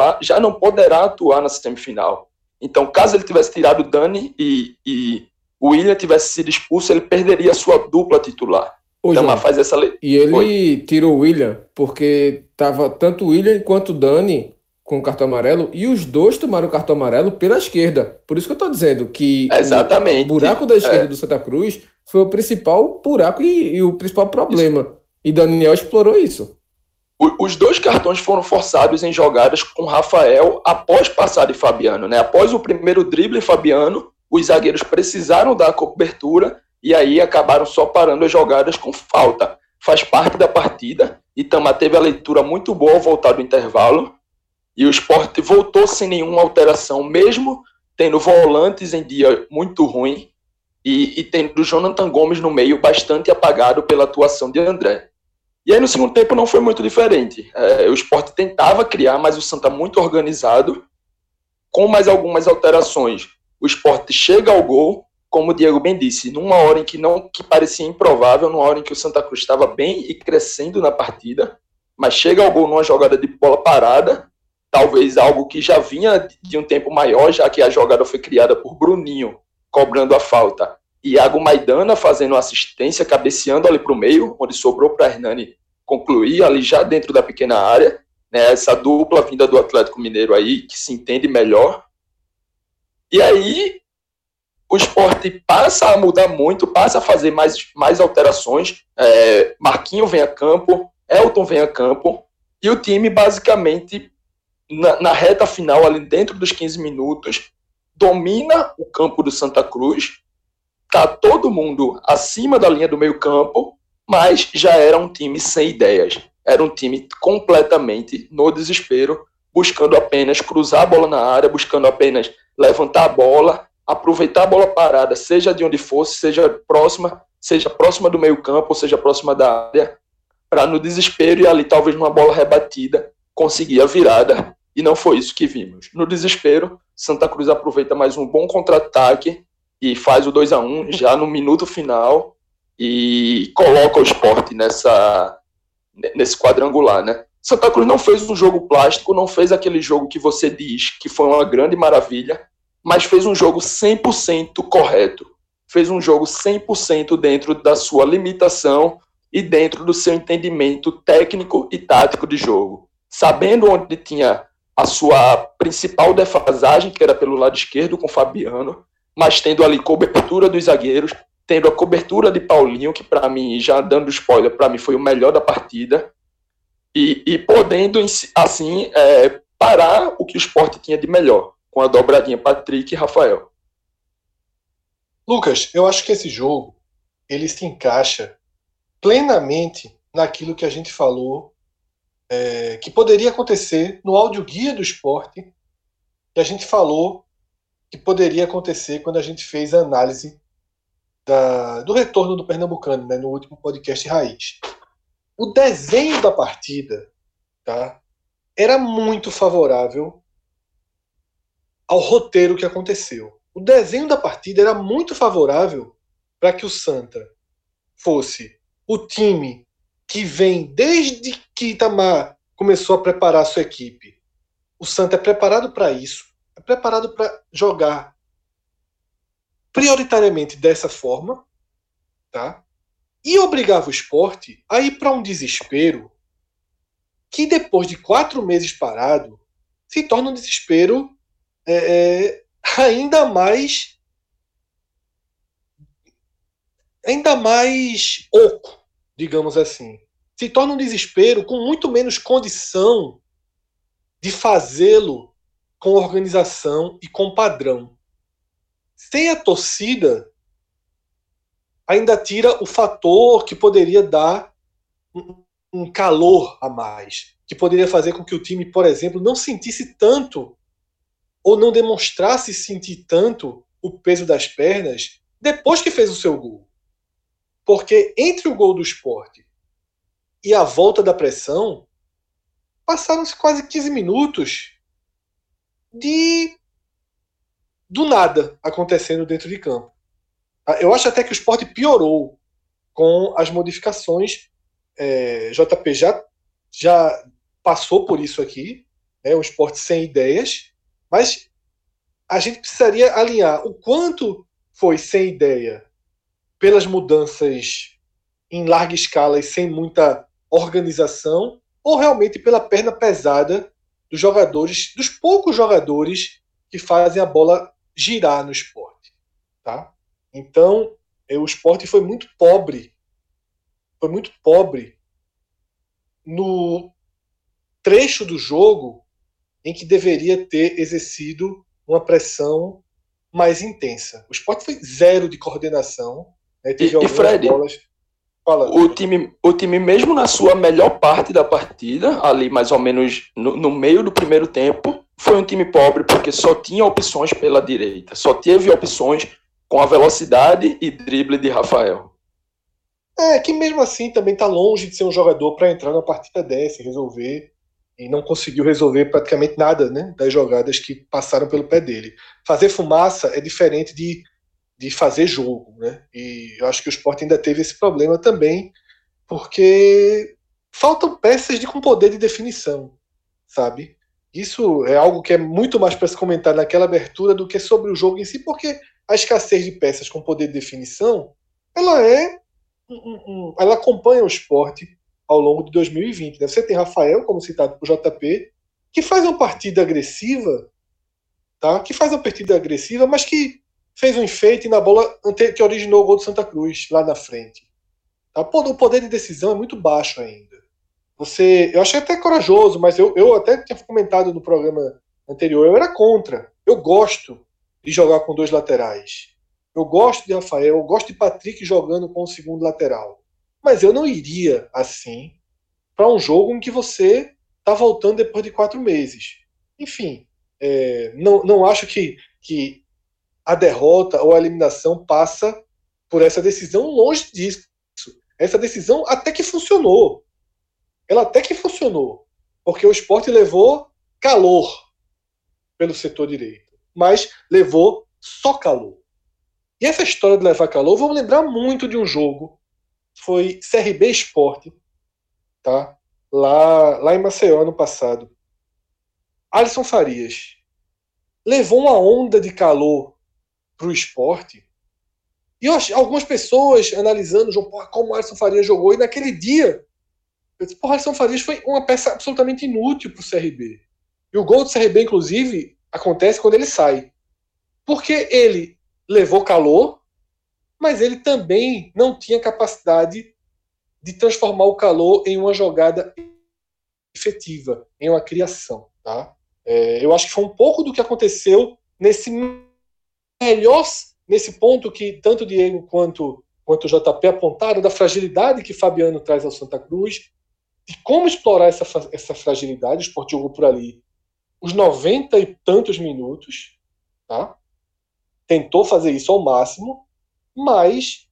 [SPEAKER 4] atuar na semifinal. Então, caso ele tivesse tirado o Dani e o William tivesse sido expulso, ele perderia a sua dupla titular. Então, faz essa
[SPEAKER 5] e ele tirou o William, porque estava tanto o William quanto o Dani com o cartão amarelo, e os dois tomaram o cartão amarelo pela esquerda. Por isso que eu estou dizendo que
[SPEAKER 4] Exatamente.
[SPEAKER 5] o buraco da esquerda do Santa Cruz foi o principal buraco e o principal problema. Isso. E Daniel explorou isso.
[SPEAKER 4] Os dois cartões foram forçados em jogadas com Rafael após passar de Fabiano, né? Após o primeiro drible Fabiano, os zagueiros precisaram dar cobertura e aí acabaram só parando as jogadas com falta. Faz parte da partida. Itamar teve a leitura muito boa ao voltar do intervalo e o Sport voltou sem nenhuma alteração, mesmo tendo volantes em dia muito ruim e tendo Jonathan Gomes no meio bastante apagado pela atuação de André. E aí no segundo tempo não foi muito diferente. O Sport tentava criar, mas o Santa muito organizado, com mais algumas alterações. O Sport chega ao gol, como o Diego bem disse, numa hora em que parecia improvável, numa hora em que o Santa Cruz estava bem e crescendo na partida, mas chega ao gol numa jogada de bola parada, talvez algo que já vinha de um tempo maior, já que a jogada foi criada por Bruninho, cobrando a falta, e Iago Maidana fazendo assistência, cabeceando ali para o meio, onde sobrou para Hernani concluir ali já dentro da pequena área, né, essa dupla vinda do Atlético Mineiro aí, que se entende melhor. E aí o Sport passa a mudar muito, passa a fazer mais alterações. Marquinho vem a campo, Elton vem a campo, e o time basicamente, na reta final, ali dentro dos 15 minutos, domina o campo do Santa Cruz, tá todo mundo acima da linha do meio campo, mas já era um time sem ideias. Era um time completamente no desespero, buscando apenas cruzar a bola na área, buscando apenas levantar a bola, aproveitar a bola parada, seja de onde fosse, seja próxima do meio campo, ou seja próxima da área, para no desespero e ali talvez numa bola rebatida conseguir a virada. E não foi isso que vimos. No desespero, Santa Cruz aproveita mais um bom contra-ataque e faz o 2-1 já no minuto final e coloca o Sport nesse quadrangular, né? Santa Cruz não fez um jogo plástico, não fez aquele jogo que você diz que foi uma grande maravilha, mas fez um jogo 100% correto. Fez um jogo 100% dentro da sua limitação e dentro do seu entendimento técnico e tático de jogo. Sabendo onde tinha a sua principal defasagem, que era pelo lado esquerdo com o Fabiano, mas tendo ali cobertura dos zagueiros, tendo a cobertura de Paulinho, que para mim, já dando spoiler, para mim foi o melhor da partida, e podendo, assim, parar o que o Sport tinha de melhor, com a dobradinha Patrick e Rafael.
[SPEAKER 3] Lucas, eu acho que esse jogo, ele se encaixa plenamente naquilo que a gente falou, que poderia acontecer no audioguia do Sport, que a gente falou que poderia acontecer quando a gente fez a análise do retorno do Pernambucano, né, no último podcast Raiz. O desenho da partida, tá, era muito favorável ao roteiro que aconteceu. O desenho da partida era muito favorável para que o Santa fosse o time que vem desde que Itamar começou a preparar a sua equipe. O Santa é preparado para isso, é preparado para jogar prioritariamente dessa forma, tá? E obrigava o Sport a ir para um desespero que depois de 4 meses parado se torna um desespero ainda mais oco, digamos assim. Se torna um desespero com muito menos condição de fazê-lo com organização e com padrão. Sem a torcida, ainda tira o fator que poderia dar um calor a mais, que poderia fazer com que o time, por exemplo, não sentisse tanto ou não demonstrasse sentir tanto o peso das pernas depois que fez o seu gol. Porque entre o gol do Sport e a volta da pressão, passaram-se quase 15 minutos do nada acontecendo dentro de campo. Eu acho até que o Sport piorou com as modificações. JP já passou por isso aqui, o Sport sem ideias, mas a gente precisaria alinhar o quanto foi sem ideia pelas mudanças em larga escala e sem muita organização, ou realmente pela perna pesada dos jogadores, dos poucos jogadores que fazem a bola girar no esporte. Tá? Então, o esporte foi muito pobre no trecho do jogo em que deveria ter exercido uma pressão mais intensa. O Sport foi zero de coordenação, né? Teve algumas
[SPEAKER 4] Fred,
[SPEAKER 3] bolas.
[SPEAKER 4] O time, mesmo na sua melhor parte da partida, ali mais ou menos no meio do primeiro tempo, foi um time pobre porque só tinha opções pela direita, só teve opções com a velocidade e drible de Rafael.
[SPEAKER 3] Que mesmo assim também está longe de ser um jogador para entrar na partida dessa e resolver, e não conseguiu resolver praticamente nada, né, das jogadas que passaram pelo pé dele. Fazer fumaça é diferente de fazer jogo, né? E eu acho que o Sport ainda teve esse problema também, porque faltam peças com poder de definição, sabe? Isso é algo que é muito mais para se comentar naquela abertura do que sobre o jogo em si, porque a escassez de peças com poder de definição, ela acompanha o Sport ao longo de 2020. Né? Você tem Rafael, como citado por JP, que faz uma partida agressiva, tá? Mas que fez um enfeite na bola que originou o gol do Santa Cruz, lá na frente. Tá? O poder de decisão é muito baixo ainda. Eu achei até corajoso, mas eu até tinha comentado no programa anterior, eu era contra. Eu gosto de jogar com dois laterais. Eu gosto de Rafael, eu gosto de Patrick jogando com o segundo lateral. Mas eu não iria assim para um jogo em que você está voltando depois de 4 meses. Enfim, não acho que a derrota ou a eliminação passa por essa decisão, longe disso. Essa decisão até que funcionou. Ela até que funcionou. Porque o Sport levou calor pelo setor direito. Mas levou só calor. E essa história de levar calor, vamos lembrar muito de um jogo. Foi CRB Sport, tá? Lá em Maceió, ano passado. Alisson Farias levou uma onda de calor pro Sport. E algumas pessoas analisando o jogo, como o Alisson Farias jogou, e naquele dia, eu disse, Alisson Farias foi uma peça absolutamente inútil pro CRB. E o gol do CRB, inclusive, acontece quando ele sai. Porque ele levou calor, mas ele também não tinha capacidade de transformar o calor em uma jogada efetiva, em uma criação. Tá? Eu acho que foi um pouco do que aconteceu nesse ponto que tanto o Diego quanto o JP apontaram, da fragilidade que Fabiano traz ao Santa Cruz, de como explorar essa fragilidade. O Sport jogou por ali os 90 e tantos minutos, tá? Tentou fazer isso ao máximo, mas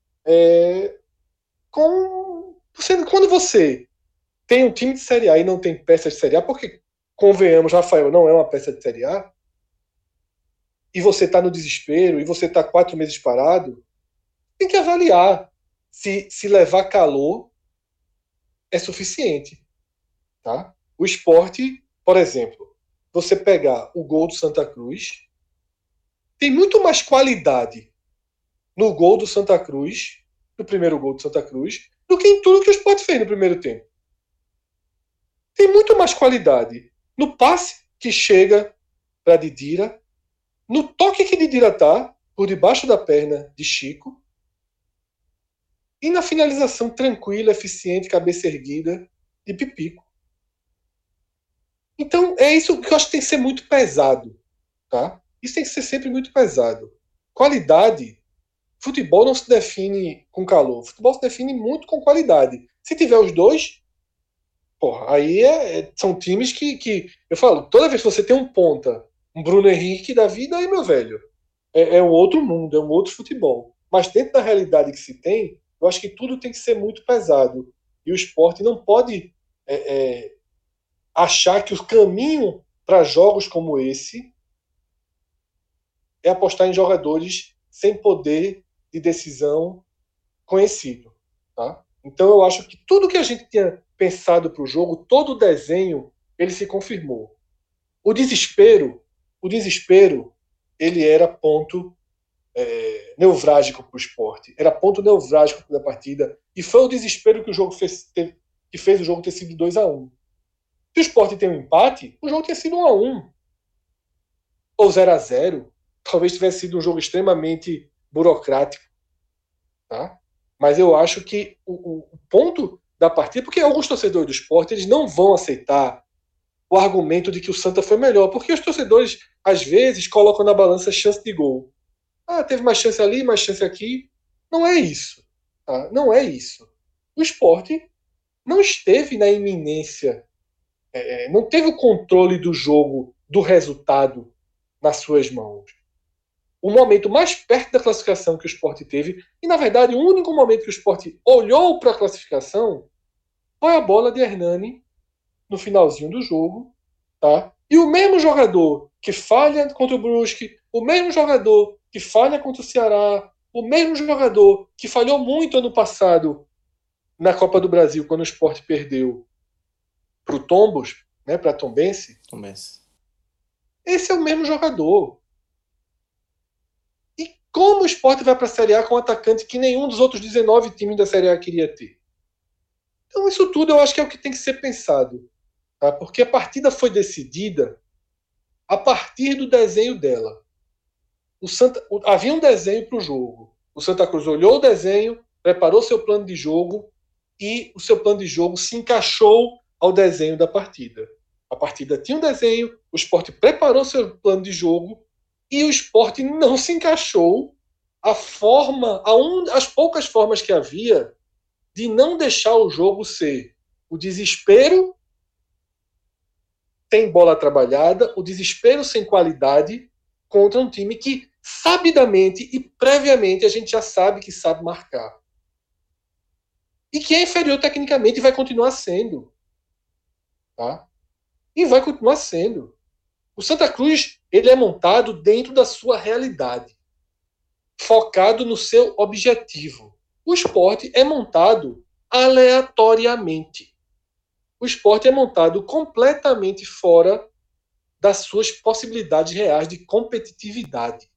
[SPEAKER 3] quando você tem um time de Série A e não tem peças de Série A, porque, convenhamos, Rafael não é uma peça de Série A, e você está no desespero, e você está 4 meses parado, tem que avaliar se levar calor é suficiente. Tá? O Sport, por exemplo, você pegar o gol do Santa Cruz, tem muito mais qualidade no gol do Santa Cruz, no primeiro gol do Santa Cruz, do que em tudo que o Sport fez no primeiro tempo. Tem muito mais qualidade no passe que chega para Didira, no toque que Didira tá por debaixo da perna de Chico, e na finalização tranquila, eficiente, cabeça erguida de Pipico. Então, é isso que eu acho que tem que ser muito pesado. Tá? Isso tem que ser sempre muito pesado. Qualidade, futebol não se define com calor. Futebol se define muito com qualidade. Se tiver os dois, aí são times que... Eu falo, toda vez que você tem um ponta, um Bruno Henrique da vida, aí, meu velho, é um outro mundo, é um outro futebol. Mas dentro da realidade que se tem, eu acho que tudo tem que ser muito pesado. E o Sport não pode achar que o caminho para jogos como esse é apostar em jogadores sem poder de decisão conhecido. Tá? Então eu acho que tudo que a gente tinha pensado para o jogo, todo o desenho, ele se confirmou. O desespero, ele era ponto nevrálgico para o Sport. Era ponto nevrálgico da partida. E foi o desespero que o jogo que fez o jogo ter sido 2-1. Se o Sport tem um empate, o jogo tinha sido 1-1 ou 0-0. Talvez tivesse sido um jogo extremamente burocrático, tá? Mas eu acho que o ponto da partida, porque alguns torcedores do Sport eles não vão aceitar o argumento de que o Santa foi melhor, porque os torcedores às vezes colocam na balança chance de gol. Teve mais chance ali, mais chance aqui. Não é isso, tá? Não é isso. O Sport não esteve na iminência, não teve o controle do jogo, do resultado nas suas mãos. O momento mais perto da classificação que o Sport teve, e na verdade o único momento que o Sport olhou para a classificação, foi a bola de Hernani no finalzinho do jogo, tá? E o mesmo jogador que falha contra o Brusque, o mesmo jogador que falha contra o Ceará, o mesmo jogador que falhou muito ano passado na Copa do Brasil, quando o Sport perdeu para o Tombos, né, para Tombense. Esse é o mesmo jogador. E como o Sport vai para a Série A com um atacante que nenhum dos outros 19 times da Série A queria ter? Então isso tudo eu acho que é o que tem que ser pensado. Tá? Porque a partida foi decidida a partir do desenho dela. Havia um desenho para o jogo. O Santa Cruz olhou o desenho, preparou seu plano de jogo e o seu plano de jogo se encaixou ao desenho da partida. A partida tinha um desenho, o Sport preparou seu plano de jogo e o Sport não se encaixou as poucas formas que havia de não deixar o jogo ser o desespero sem bola trabalhada, o desespero sem qualidade contra um time que sabidamente e previamente a gente já sabe que sabe marcar. E que é inferior tecnicamente e vai continuar sendo. Tá? E vai continuar sendo. O Santa Cruz ele é montado dentro da sua realidade, focado no seu objetivo. O Sport é montado aleatoriamente. O Sport é montado completamente fora das suas possibilidades reais de competitividade.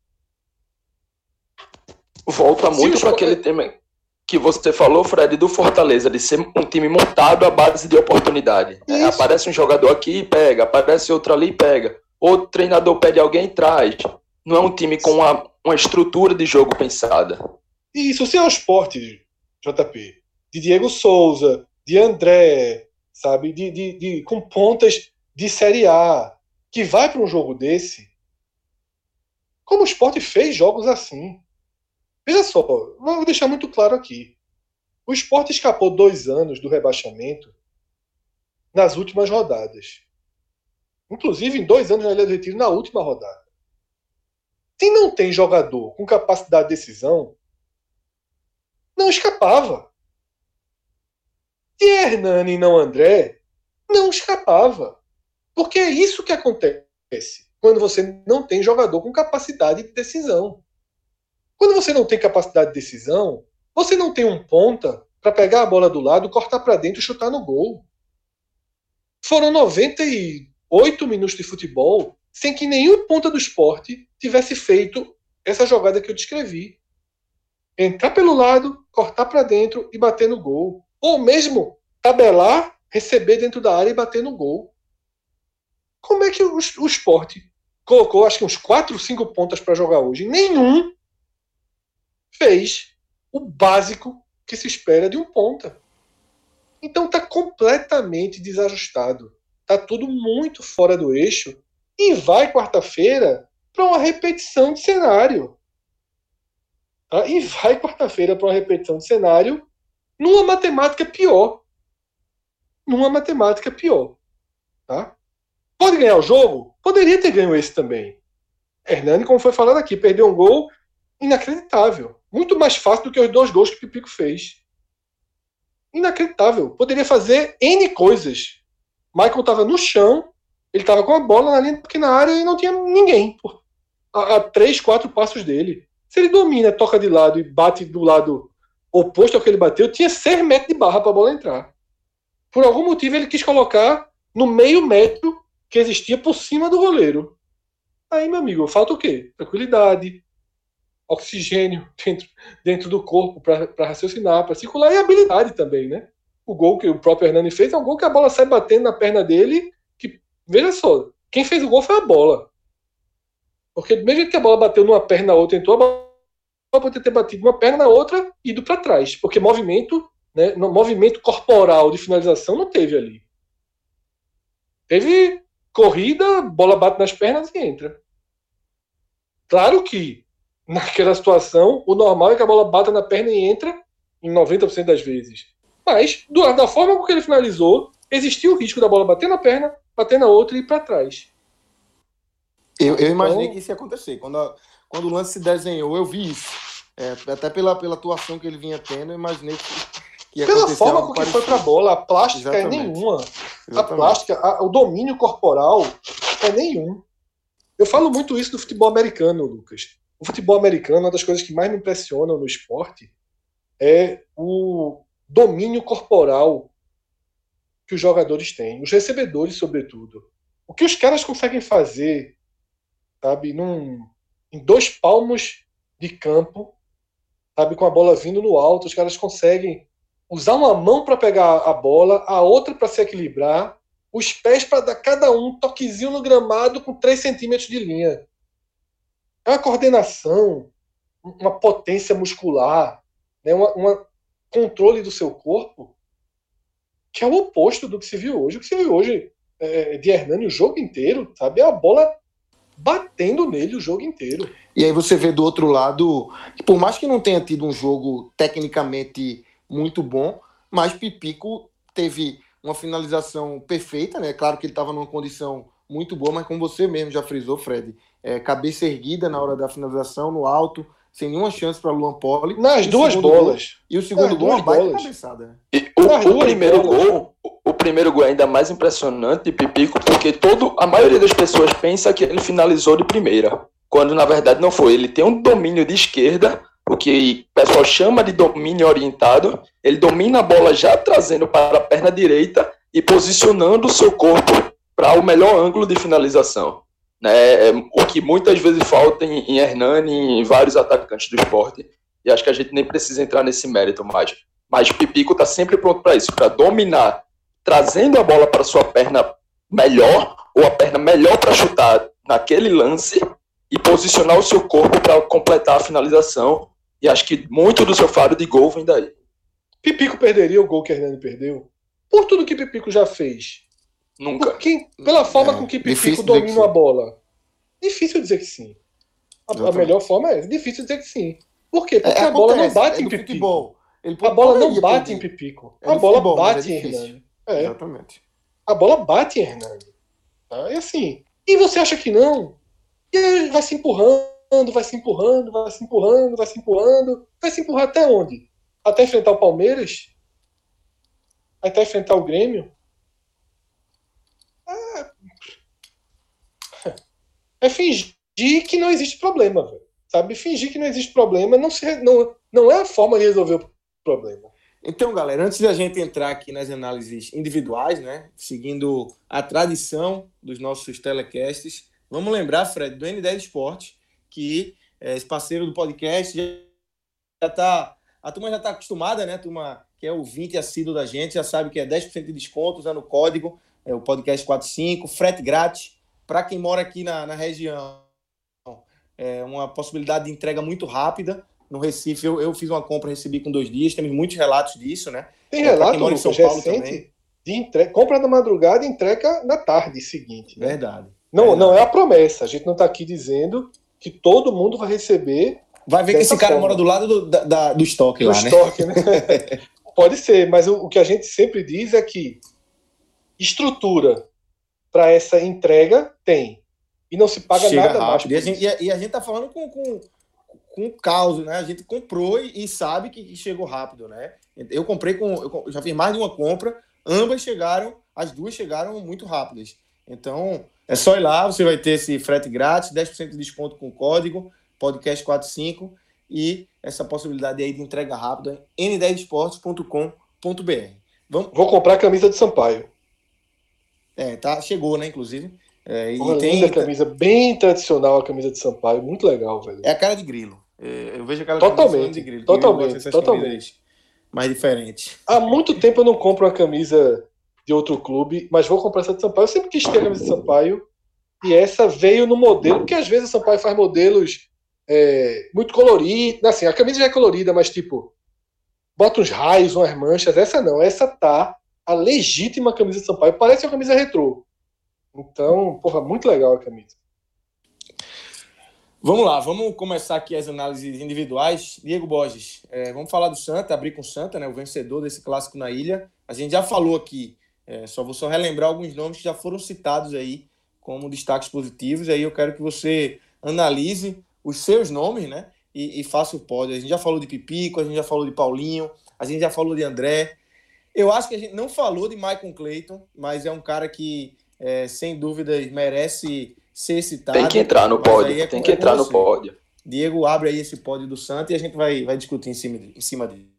[SPEAKER 4] Volta muito para aquele tema que você falou, Fred, do Fortaleza, de ser um time montado à base de oportunidade. Aparece um jogador aqui e pega, aparece outro ali e pega. Outro treinador pede alguém e traz. Não é um time com uma estrutura de jogo pensada.
[SPEAKER 3] Isso, se é o Sport, JP, de Diego Souza, de André, sabe, com pontas de Série A, que vai para um jogo desse, como o Sport fez jogos assim. Veja só, vou deixar muito claro aqui. O Sport escapou 2 anos do rebaixamento nas últimas rodadas. Inclusive em 2 anos na Ilha do Retiro, na última rodada. Se não tem jogador com capacidade de decisão, não escapava. Se é Hernani e não André, não escapava. Porque é isso que acontece quando você não tem jogador com capacidade de decisão. Quando você não tem capacidade de decisão, você não tem um ponta para pegar a bola do lado, cortar para dentro e chutar no gol. Foram 98 minutos de futebol sem que nenhum ponta do Sport tivesse feito essa jogada que eu descrevi. Entrar pelo lado, cortar para dentro e bater no gol. Ou mesmo tabelar, receber dentro da área e bater no gol. Como é que o Sport colocou, acho que uns 4 ou 5 pontas para jogar hoje? Nenhum fez o básico que se espera de um ponta. Então está completamente desajustado. Está tudo muito fora do eixo e vai quarta-feira para uma repetição de cenário. Tá? E vai quarta-feira para uma repetição de cenário numa matemática pior. Tá? Pode ganhar o jogo? Poderia ter ganho esse também. Hernani, como foi falado aqui, perdeu um gol inacreditável. Muito mais fácil do que os 2 gols que o Pipico fez. Inacreditável. Poderia fazer N coisas. Michael estava no chão, ele estava com a bola na linha pequena área e não tinha ninguém. A 3, 4 passos dele. Se ele domina, toca de lado e bate do lado oposto ao que ele bateu, tinha 6 metros de barra para a bola entrar. Por algum motivo ele quis colocar no meio metro que existia por cima do goleiro. Aí, meu amigo, falta o quê? Tranquilidade, oxigênio dentro do corpo para raciocinar, para circular, e habilidade também, né? o gol que o próprio Hernani fez é um gol que a bola sai batendo na perna dele, que, veja só, quem fez o gol foi a bola. Porque mesmo que a bola bateu numa perna na outra, entrou, a bola pode ter batido uma perna na outra e ido para trás. Porque movimento, né, no movimento corporal de finalização não teve ali. Teve corrida, bola bate nas pernas e entra. Claro que, naquela situação, o normal é que a bola bata na perna e entra em 90% das vezes. Mas, da forma como ele finalizou, existia o risco da bola bater na perna, bater na outra e ir para trás.
[SPEAKER 2] Eu imaginei que isso ia acontecer. Quando o lance se desenhou, eu vi isso. Até pela atuação que ele vinha tendo, eu imaginei que ia
[SPEAKER 3] pela
[SPEAKER 2] acontecer.
[SPEAKER 3] Pela forma com que foi para a bola, a plástica é nenhuma. Exatamente. A plástica, o domínio corporal é nenhum. Eu falo muito isso do futebol americano, Lucas. O futebol americano, uma das coisas que mais me impressionam no esporte é o domínio corporal que os jogadores têm, os recebedores, sobretudo. O que os caras conseguem fazer, sabe, em 2 palmos de campo, sabe, com a bola vindo no alto, os caras conseguem usar uma mão para pegar a bola, a outra para se equilibrar, os pés para dar cada um toquezinho no gramado com 3 centímetros de linha. É uma coordenação, uma potência muscular, né, uma controle do seu corpo, que é o oposto do que se viu hoje. O que se viu hoje de Hernani o jogo inteiro, sabe? É a bola batendo nele o jogo inteiro.
[SPEAKER 2] E aí você vê do outro lado, que por mais que não tenha tido um jogo tecnicamente muito bom, mas Pipico teve uma finalização perfeita, né? Claro que ele estava numa condição muito boa, mas como você mesmo já frisou, Fred, cabeça erguida na hora da finalização, no alto, sem nenhuma chance para Luan Poli.
[SPEAKER 3] Nas 2 bolas.
[SPEAKER 2] E o segundo gol, uma baita cabeçada. Né?
[SPEAKER 4] E o primeiro gol é ainda mais impressionante de Pipico, porque a maioria das pessoas pensa que ele finalizou de primeira, quando na verdade não foi. Ele tem um domínio de esquerda, o que o pessoal chama de domínio orientado. Ele domina a bola já trazendo para a perna direita e posicionando o seu corpo para o melhor ângulo de finalização. Né? O que muitas vezes falta em Hernani e em vários atacantes do esporte. E acho que a gente nem precisa entrar nesse mérito mais. Mas Pipico está sempre pronto para isso, para dominar, trazendo a bola para sua perna melhor, ou a perna melhor para chutar naquele lance, e posicionar o seu corpo para completar a finalização. E acho que muito do seu faro de gol vem daí.
[SPEAKER 3] Pipico perderia o gol que Hernani perdeu? Por tudo que Pipico já fez.
[SPEAKER 4] Nunca.
[SPEAKER 3] Pela forma com que Pipico domina a bola. Difícil dizer que sim. A melhor forma é difícil dizer que sim. Por quê? Porque a bola não bate em Pipico. A bola não bate em Pipico. A bola bate em Hernani.
[SPEAKER 2] Exatamente.
[SPEAKER 3] A bola bate em Hernani. Tá? E assim. E você acha que não? E aí vai se empurrando, vai se empurrando, vai se empurrando, vai se empurrando. Vai se empurrar até onde? Até enfrentar o Palmeiras? Até enfrentar o Grêmio? É fingir que não existe problema, velho. Sabe? Fingir que não existe problema não é a forma de resolver o problema.
[SPEAKER 2] Então, galera, antes da gente entrar aqui nas análises individuais, né, seguindo a tradição dos nossos telecasts, vamos lembrar, Fred, do N10 Esportes, que esse parceiro do podcast a turma já está acostumada, né, a turma que é ouvinte assíduo da gente, já sabe que é 10% de desconto usando o código, o podcast 45, frete grátis, para quem mora aqui na região. É uma possibilidade de entrega muito rápida. No Recife, eu fiz uma compra, recebi com 2 dias, temos muitos relatos disso, né?
[SPEAKER 3] Tem relato,
[SPEAKER 2] quem mora em São Paulo também.
[SPEAKER 3] De entrega, compra na madrugada e entrega na tarde seguinte. Né?
[SPEAKER 2] Verdade.
[SPEAKER 3] Não é a promessa. A gente não está aqui dizendo que todo mundo vai receber.
[SPEAKER 2] Vai ver que esse cara mora do lado do estoque lá, né? Do estoque, né?
[SPEAKER 3] Pode ser, mas o que a gente sempre diz é que estrutura para essa entrega tem. E não se paga
[SPEAKER 2] Chega
[SPEAKER 3] nada
[SPEAKER 2] rápido.
[SPEAKER 3] mais.
[SPEAKER 2] E a gente tá falando com caos, né? A gente comprou e sabe que chegou rápido, né? Eu comprei eu já fiz mais de uma compra, as 2 chegaram muito rápidas. Então, é só ir lá, você vai ter esse frete grátis, 10% de desconto com o código, podcast 45, e essa possibilidade aí de entrega rápida em n10esportes.com.br.
[SPEAKER 3] Vou comprar a camisa do Sampaio.
[SPEAKER 2] Chegou, né, inclusive.
[SPEAKER 3] Uma linda camisa, bem tradicional a camisa de Sampaio, muito legal, velho.
[SPEAKER 2] É a cara de Grilo. Eu vejo aquela
[SPEAKER 3] camisa de Grilo. Totalmente.
[SPEAKER 2] mais diferente.
[SPEAKER 3] Há muito tempo eu não compro uma camisa de outro clube, mas vou comprar essa de Sampaio. Eu sempre quis ter a camisa de Sampaio, e essa veio no modelo, porque às vezes o Sampaio faz modelos muito coloridos. Assim, a camisa já é colorida, mas tipo, bota uns raios, umas manchas. Essa não, essa tá a legítima camisa de Sampaio. Parece uma camisa retrô. Então, porra, muito legal a camisa.
[SPEAKER 2] Vamos lá, vamos começar aqui as análises individuais. Diego Borges, vamos falar do Santa, abrir com o Santa, né, o vencedor desse clássico na ilha. A gente já falou aqui, vou relembrar alguns nomes que já foram citados aí como destaques positivos. Aí eu quero que você analise os seus nomes, né, e faça o pódio. A gente já falou de Pipico, a gente já falou de Paulinho, a gente já falou de André. Eu acho que a gente não falou de Maicon Clayton, mas é um cara que, sem dúvida, merece ser citado.
[SPEAKER 4] Tem que entrar no pódio, tem que entrar no pódio.
[SPEAKER 2] Diego, abre aí esse pódio do Santa e a gente vai discutir em cima disso.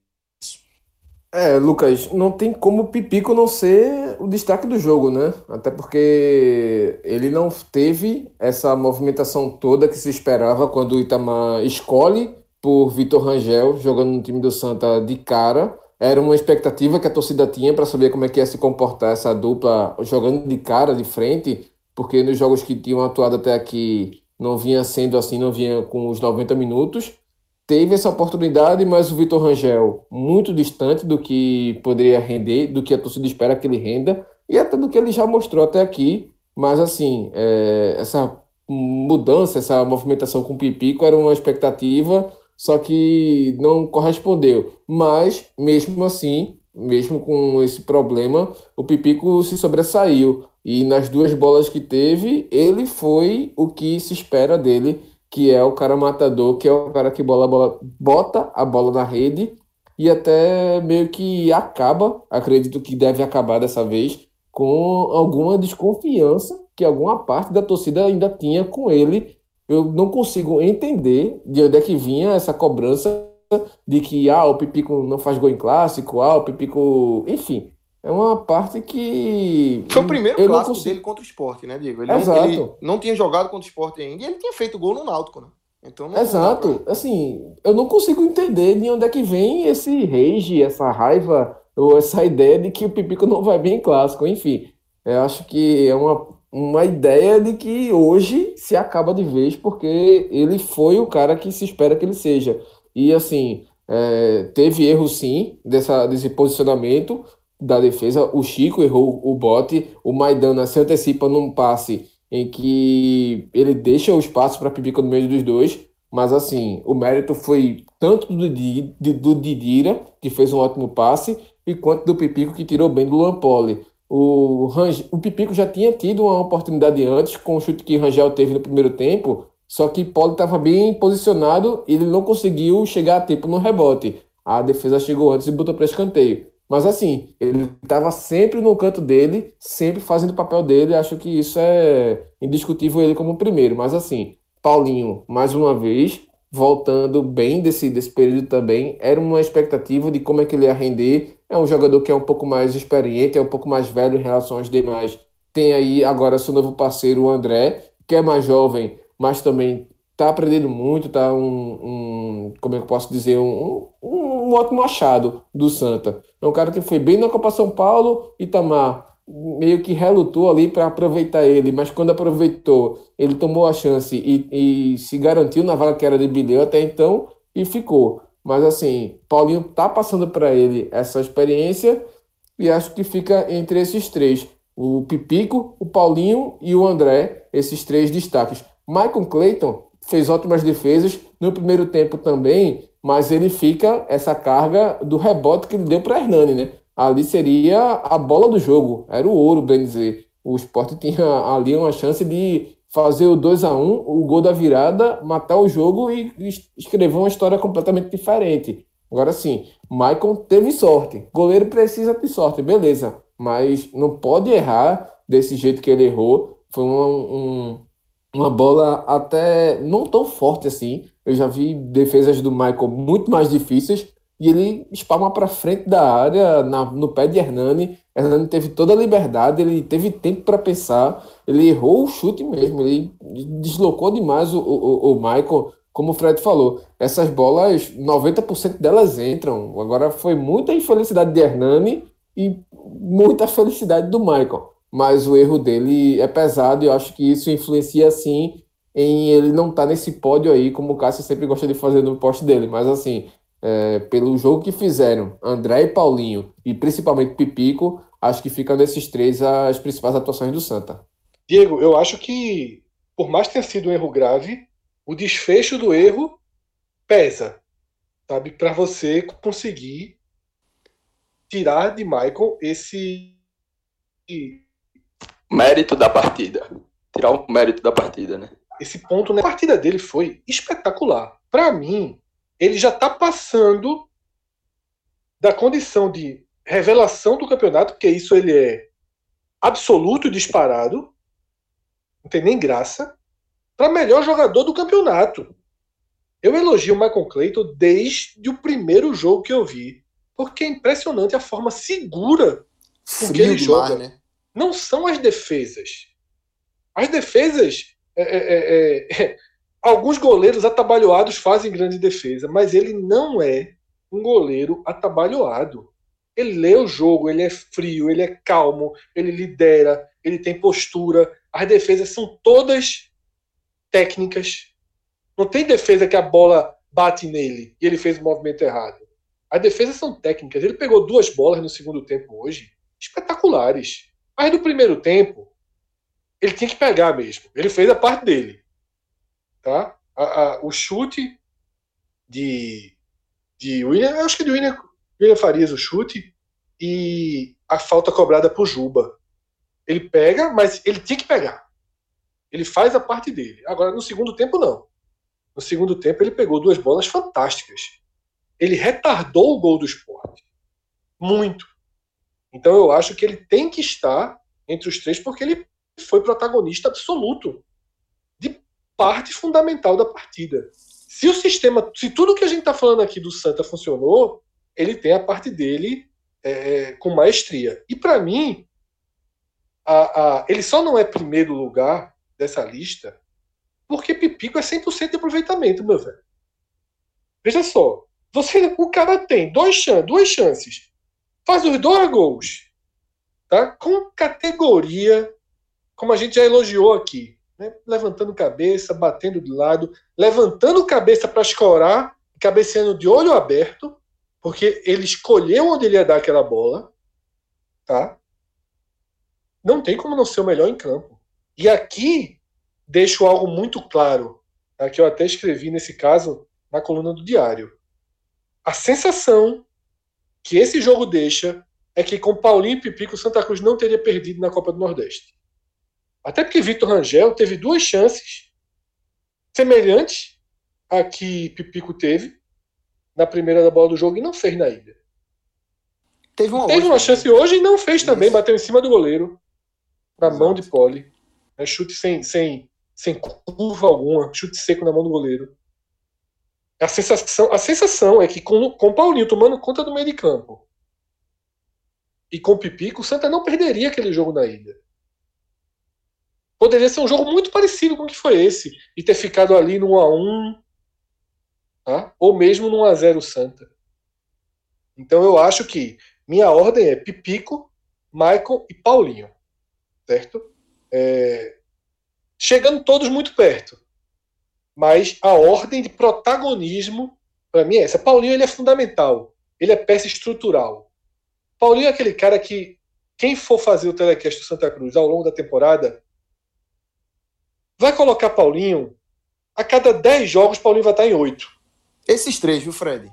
[SPEAKER 5] Lucas, não tem como o Pipico não ser o destaque do jogo, né? Até porque ele não teve essa movimentação toda que se esperava quando o Itamar escolhe por Vitor Rangel jogando no time do Santa de cara. Era uma expectativa que a torcida tinha para saber como é que ia se comportar essa dupla jogando de cara, de frente, porque nos jogos que tinham atuado até aqui não vinha sendo assim, não vinha com os 90 minutos. Teve essa oportunidade, mas o Vitor Rangel muito distante do que poderia render, do que a torcida espera que ele renda, e até do que ele já mostrou até aqui. Mas assim, essa mudança, essa movimentação com o Pipico era uma expectativa, só que não correspondeu. Mas, mesmo assim, mesmo com esse problema, o Pipico se sobressaiu. E nas duas bolas que teve, ele foi o que se espera dele, que é o cara matador, que é o cara que bota a bola na rede e até meio que acaba, acredito que deve acabar dessa vez, com alguma desconfiança que alguma parte da torcida ainda tinha com ele. Eu não consigo entender de onde é que vinha essa cobrança de que o Pipico não faz gol em clássico, o Pipico... Enfim, é uma parte que...
[SPEAKER 2] Foi o primeiro clássico dele contra o Sport, né, Diego? Ele não tinha jogado contra o Sport ainda e ele tinha feito gol no Náutico, né? Então
[SPEAKER 5] Exato. Assim, eu não consigo entender de onde é que vem esse rage, essa raiva ou essa ideia de que o Pipico não vai bem em clássico. Enfim, eu acho que é uma ideia de que hoje se acaba de vez porque ele foi o cara que se espera que ele seja. E assim, teve erro sim desse posicionamento da defesa. O Chico errou o bote, o Maidana se antecipa num passe em que ele deixa o espaço para Pipico no meio dos dois, mas assim, o mérito foi tanto do Didira, que fez um ótimo passe, e quanto do Pipico, que tirou bem do Lampoli. O Pipico já tinha tido uma oportunidade antes, com o chute que Rangel teve no primeiro tempo, só que Poli estava bem posicionado e ele não conseguiu chegar a tempo no rebote. A defesa chegou antes e botou para escanteio. Mas assim, ele estava sempre no canto dele, sempre fazendo o papel dele. Acho que isso é indiscutível ele como primeiro. Mas assim, Paulinho, mais uma vez, voltando bem desse período também, era uma expectativa de como é que ele ia render. É um jogador que é um pouco mais experiente, é um pouco mais velho em relação aos demais. Tem aí agora seu novo parceiro, o André, que é mais jovem, mas também está aprendendo muito, está como é que eu posso dizer, um ótimo achado do Santa. É um cara que foi bem na Copa São Paulo, Itamar meio que relutou ali para aproveitar ele, mas quando aproveitou, ele tomou a chance e se garantiu na vaga que era de Bilheu até então e ficou. Mas assim, Paulinho tá passando para ele essa experiência e acho que fica entre esses três. O Pipico, o Paulinho e o André, esses três destaques. Maicon Clayton fez ótimas defesas no primeiro tempo também, mas ele fica essa carga do rebote que ele deu para Hernani, né? Ali seria a bola do jogo, era o ouro, bem dizer. O Sport tinha ali uma chance de fazer o 2-1, o gol da virada, matar o jogo e escrever uma história completamente diferente. Agora sim, Maicon teve sorte. Goleiro precisa de sorte, beleza. Mas não pode errar desse jeito que ele errou. Foi uma bola até não tão forte assim. Eu já vi defesas do Maicon muito mais difíceis e ele espalma para frente da área, no pé de Hernani. Hernani teve toda a liberdade, ele teve tempo para pensar, ele errou o chute mesmo, ele deslocou demais o Maicon como o Fred falou, essas bolas, 90% delas entram. Agora foi muita infelicidade de Hernani e muita felicidade do Michael. Mas o erro dele é pesado e eu acho que isso influencia, sim, em ele não estar nesse pódio aí, como o Cássio sempre gosta de fazer no post dele. Mas, assim, pelo jogo que fizeram, André e Paulinho, e principalmente Pipico, acho que fica nesses três as principais atuações do Santa.
[SPEAKER 3] Diego, eu acho que, por mais que tenha sido um erro grave, o desfecho do erro pesa, sabe? Para você conseguir tirar de Michael esse
[SPEAKER 4] mérito da partida. Tirar o mérito da partida, né?
[SPEAKER 3] Esse ponto, né? A partida dele foi espetacular. Para mim, ele já está passando da condição de revelação do campeonato, porque isso ele é absoluto e disparado, não tem nem graça, para melhor jogador do campeonato. Eu elogio o Michael Clayton desde o primeiro jogo que eu vi, porque é impressionante a forma segura com que ele joga. Né? Não são as defesas. As defesas, alguns goleiros atabalhoados fazem grande defesa, mas ele não é um goleiro atabalhoado. Ele lê o jogo, ele é frio, ele é calmo, ele lidera, ele tem postura. As defesas são todas técnicas. Não tem defesa que a bola bate nele e ele fez o movimento errado. As defesas são técnicas. Ele pegou 2 bolas no segundo tempo hoje, espetaculares. Mas no primeiro tempo, ele tinha que pegar mesmo. Ele fez a parte dele. Tá? O chute de William, eu acho que de William Farias o chute, e a falta cobrada por Juba. Ele pega, mas ele tinha que pegar. Ele faz a parte dele. Agora, no segundo tempo, não. No segundo tempo, ele pegou 2 bolas fantásticas. Ele retardou o gol do Sport. Muito. Então, eu acho que ele tem que estar entre os 3, porque ele foi protagonista absoluto de parte fundamental da partida. Se o sistema, se tudo que a gente está falando aqui do Santa funcionou, ele tem a parte dele com maestria. E para mim, ele só não é primeiro lugar dessa lista porque Pipico é 100% de aproveitamento, meu velho. Veja só, o cara tem 2 chances, faz os 2 gols, tá? Com categoria, como a gente já elogiou aqui. Né? Levantando cabeça, batendo de lado, levantando cabeça para escorar, cabeceando de olho aberto, porque ele escolheu onde ele ia dar aquela bola, tá? Não tem como não ser o melhor em campo. E aqui deixo algo muito claro, tá? Que eu até escrevi nesse caso na coluna do Diário. A sensação que esse jogo deixa é que com Paulinho e Pipico o Santa Cruz não teria perdido na Copa do Nordeste. Até porque Vitor Rangel teve 2 chances semelhantes a que Pipico teve na primeira da bola do jogo e não fez na ida. Teve uma chance hoje e não fez também, bateu em cima do goleiro, na mão de Poli. Chute sem curva alguma, chute seco na mão do goleiro. A sensação é que com Paulinho tomando conta do meio de campo e com Pipico, o Santa não perderia aquele jogo na ida. Poderia ser um jogo muito parecido com o que foi esse, e ter ficado ali no 1-1, tá? Ou mesmo no 1-0 Santa. Então eu acho que minha ordem é Pipico, Michael e Paulinho. Certo? Chegando todos muito perto. Mas a ordem de protagonismo, para mim, é essa. Paulinho ele é fundamental. Ele é peça estrutural. Paulinho é aquele cara que, quem for fazer o telecast do Santa Cruz ao longo da temporada, vai colocar Paulinho, a cada 10 jogos, Paulinho vai estar em 8.
[SPEAKER 2] Esses 3, viu, Fred?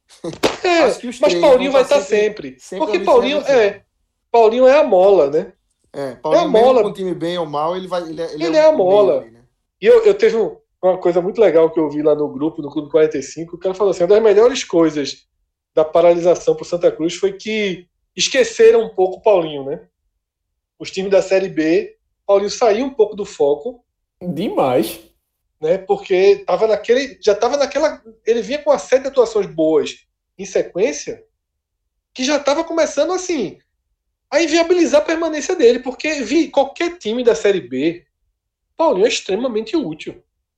[SPEAKER 3] Mas Paulinho vai estar sempre. Porque Paulinho é a mola, né?
[SPEAKER 2] Paulinho, é a mola. Com o time bem ou mal, ele
[SPEAKER 3] é a mola. Ali, né? E eu teve uma coisa muito legal que eu vi lá no grupo, no Clube 45, o cara falou assim, uma das melhores coisas da paralisação pro Santa Cruz foi que esqueceram um pouco o Paulinho, né? Os times da Série B, Paulinho saiu um pouco do foco.
[SPEAKER 5] Demais.
[SPEAKER 3] Né? Porque já estava naquela... Ele vinha com uma série de atuações boas em sequência, que já estava começando assim a inviabilizar a permanência dele, porque qualquer time da Série B, Paulinho é extremamente útil.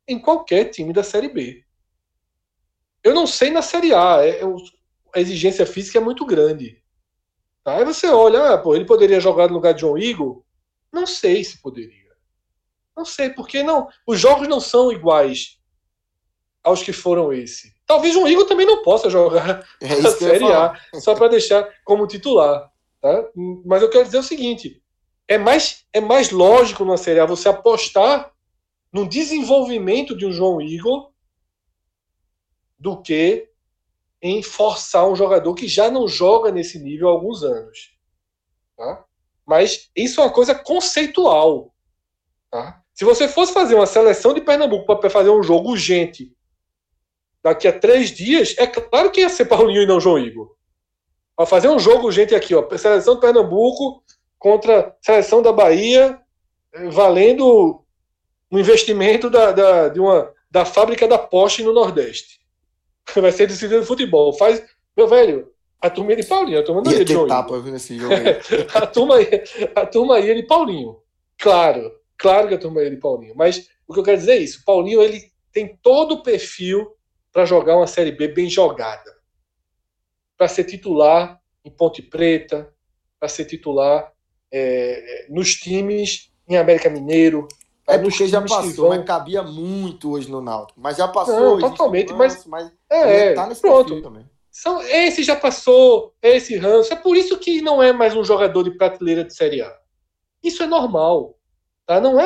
[SPEAKER 3] em qualquer time da Série B. Eu não sei na Série A, a exigência física é muito grande. Tá? Aí você olha, ele poderia jogar no lugar de João Igor? Não sei se poderia. Não sei, porque não. Os jogos não são iguais aos que foram esse. Talvez João Igor também não possa jogar na Série A, só para deixar como titular. Tá? Mas eu quero dizer o seguinte, é mais lógico na Série A você apostar no desenvolvimento de um João Igor do que em forçar um jogador que já não joga nesse nível há alguns anos. Tá? Mas isso é uma coisa conceitual. Tá? Se você fosse fazer uma seleção de Pernambuco para fazer um jogo urgente daqui a 3 dias, é claro que ia ser Paulinho e não João Igor. Para fazer um jogo urgente aqui, seleção de Pernambuco contra a seleção da Bahia, valendo um investimento da fábrica da Porsche no Nordeste. Vai ser decidido no futebol. Meu velho, a turma ia de Paulinho, a turma não ia de João Igor. Nesse jogo aí. a turma ia de Paulinho. Claro que a turma ia de Paulinho. Mas o que eu quero dizer é isso. Paulinho, ele tem todo o perfil para jogar uma Série B bem jogada. Para ser titular em Ponte Preta, para ser titular nos times em América Mineiro.
[SPEAKER 2] Porque já passou, mas cabia muito hoje no Náutico. Mas já passou.
[SPEAKER 3] Não, totalmente, mas tá nesse pronto. Também. Esse já passou, esse ranço. É por isso que não é mais um jogador de prateleira de Série A. Isso é normal. Tá? Não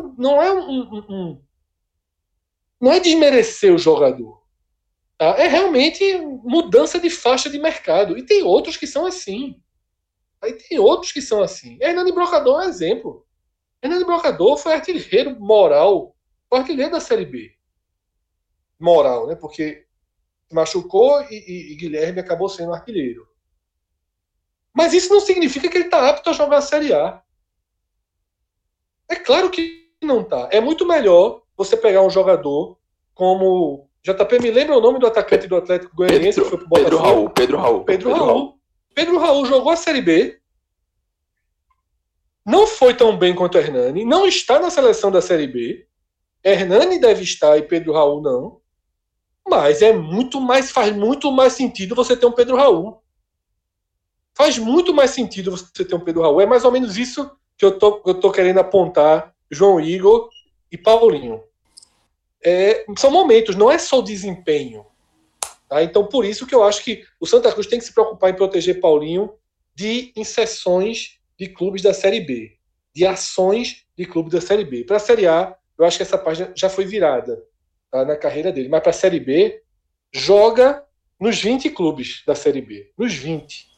[SPEAKER 3] é desmerecer o jogador. Tá? É realmente mudança de faixa de mercado. E tem outros que são assim. Hernani Brocador é um exemplo. Hernani Brocador foi artilheiro moral, foi artilheiro da Série B. Moral, né? Porque machucou e Guilherme acabou sendo artilheiro. Mas isso não significa que ele está apto a jogar a Série A. É claro que não está. É muito melhor você pegar um jogador como... JP, me lembra o nome do atacante do Atlético Goianiense que foi pro Botafogo? Pedro Raul. Pedro Raul jogou a Série B. Não foi tão bem quanto o Hernani. Não está na seleção da Série B. Hernani deve estar e Pedro Raul não. Mas faz muito mais sentido você ter um Pedro Raul. Faz muito mais sentido você ter um Pedro Raul. É mais ou menos isso que eu tô querendo apontar João Igor e Paulinho. São momentos, não é só o desempenho. Tá? Então, por isso que eu acho que o Santa Cruz tem que se preocupar em proteger Paulinho de inserções de clubes da Série B, de ações de clubes da Série B. Para a Série A, eu acho que essa página já foi virada, tá, na carreira dele. Mas para a Série B, joga nos 20 clubes da Série B. Nos 20.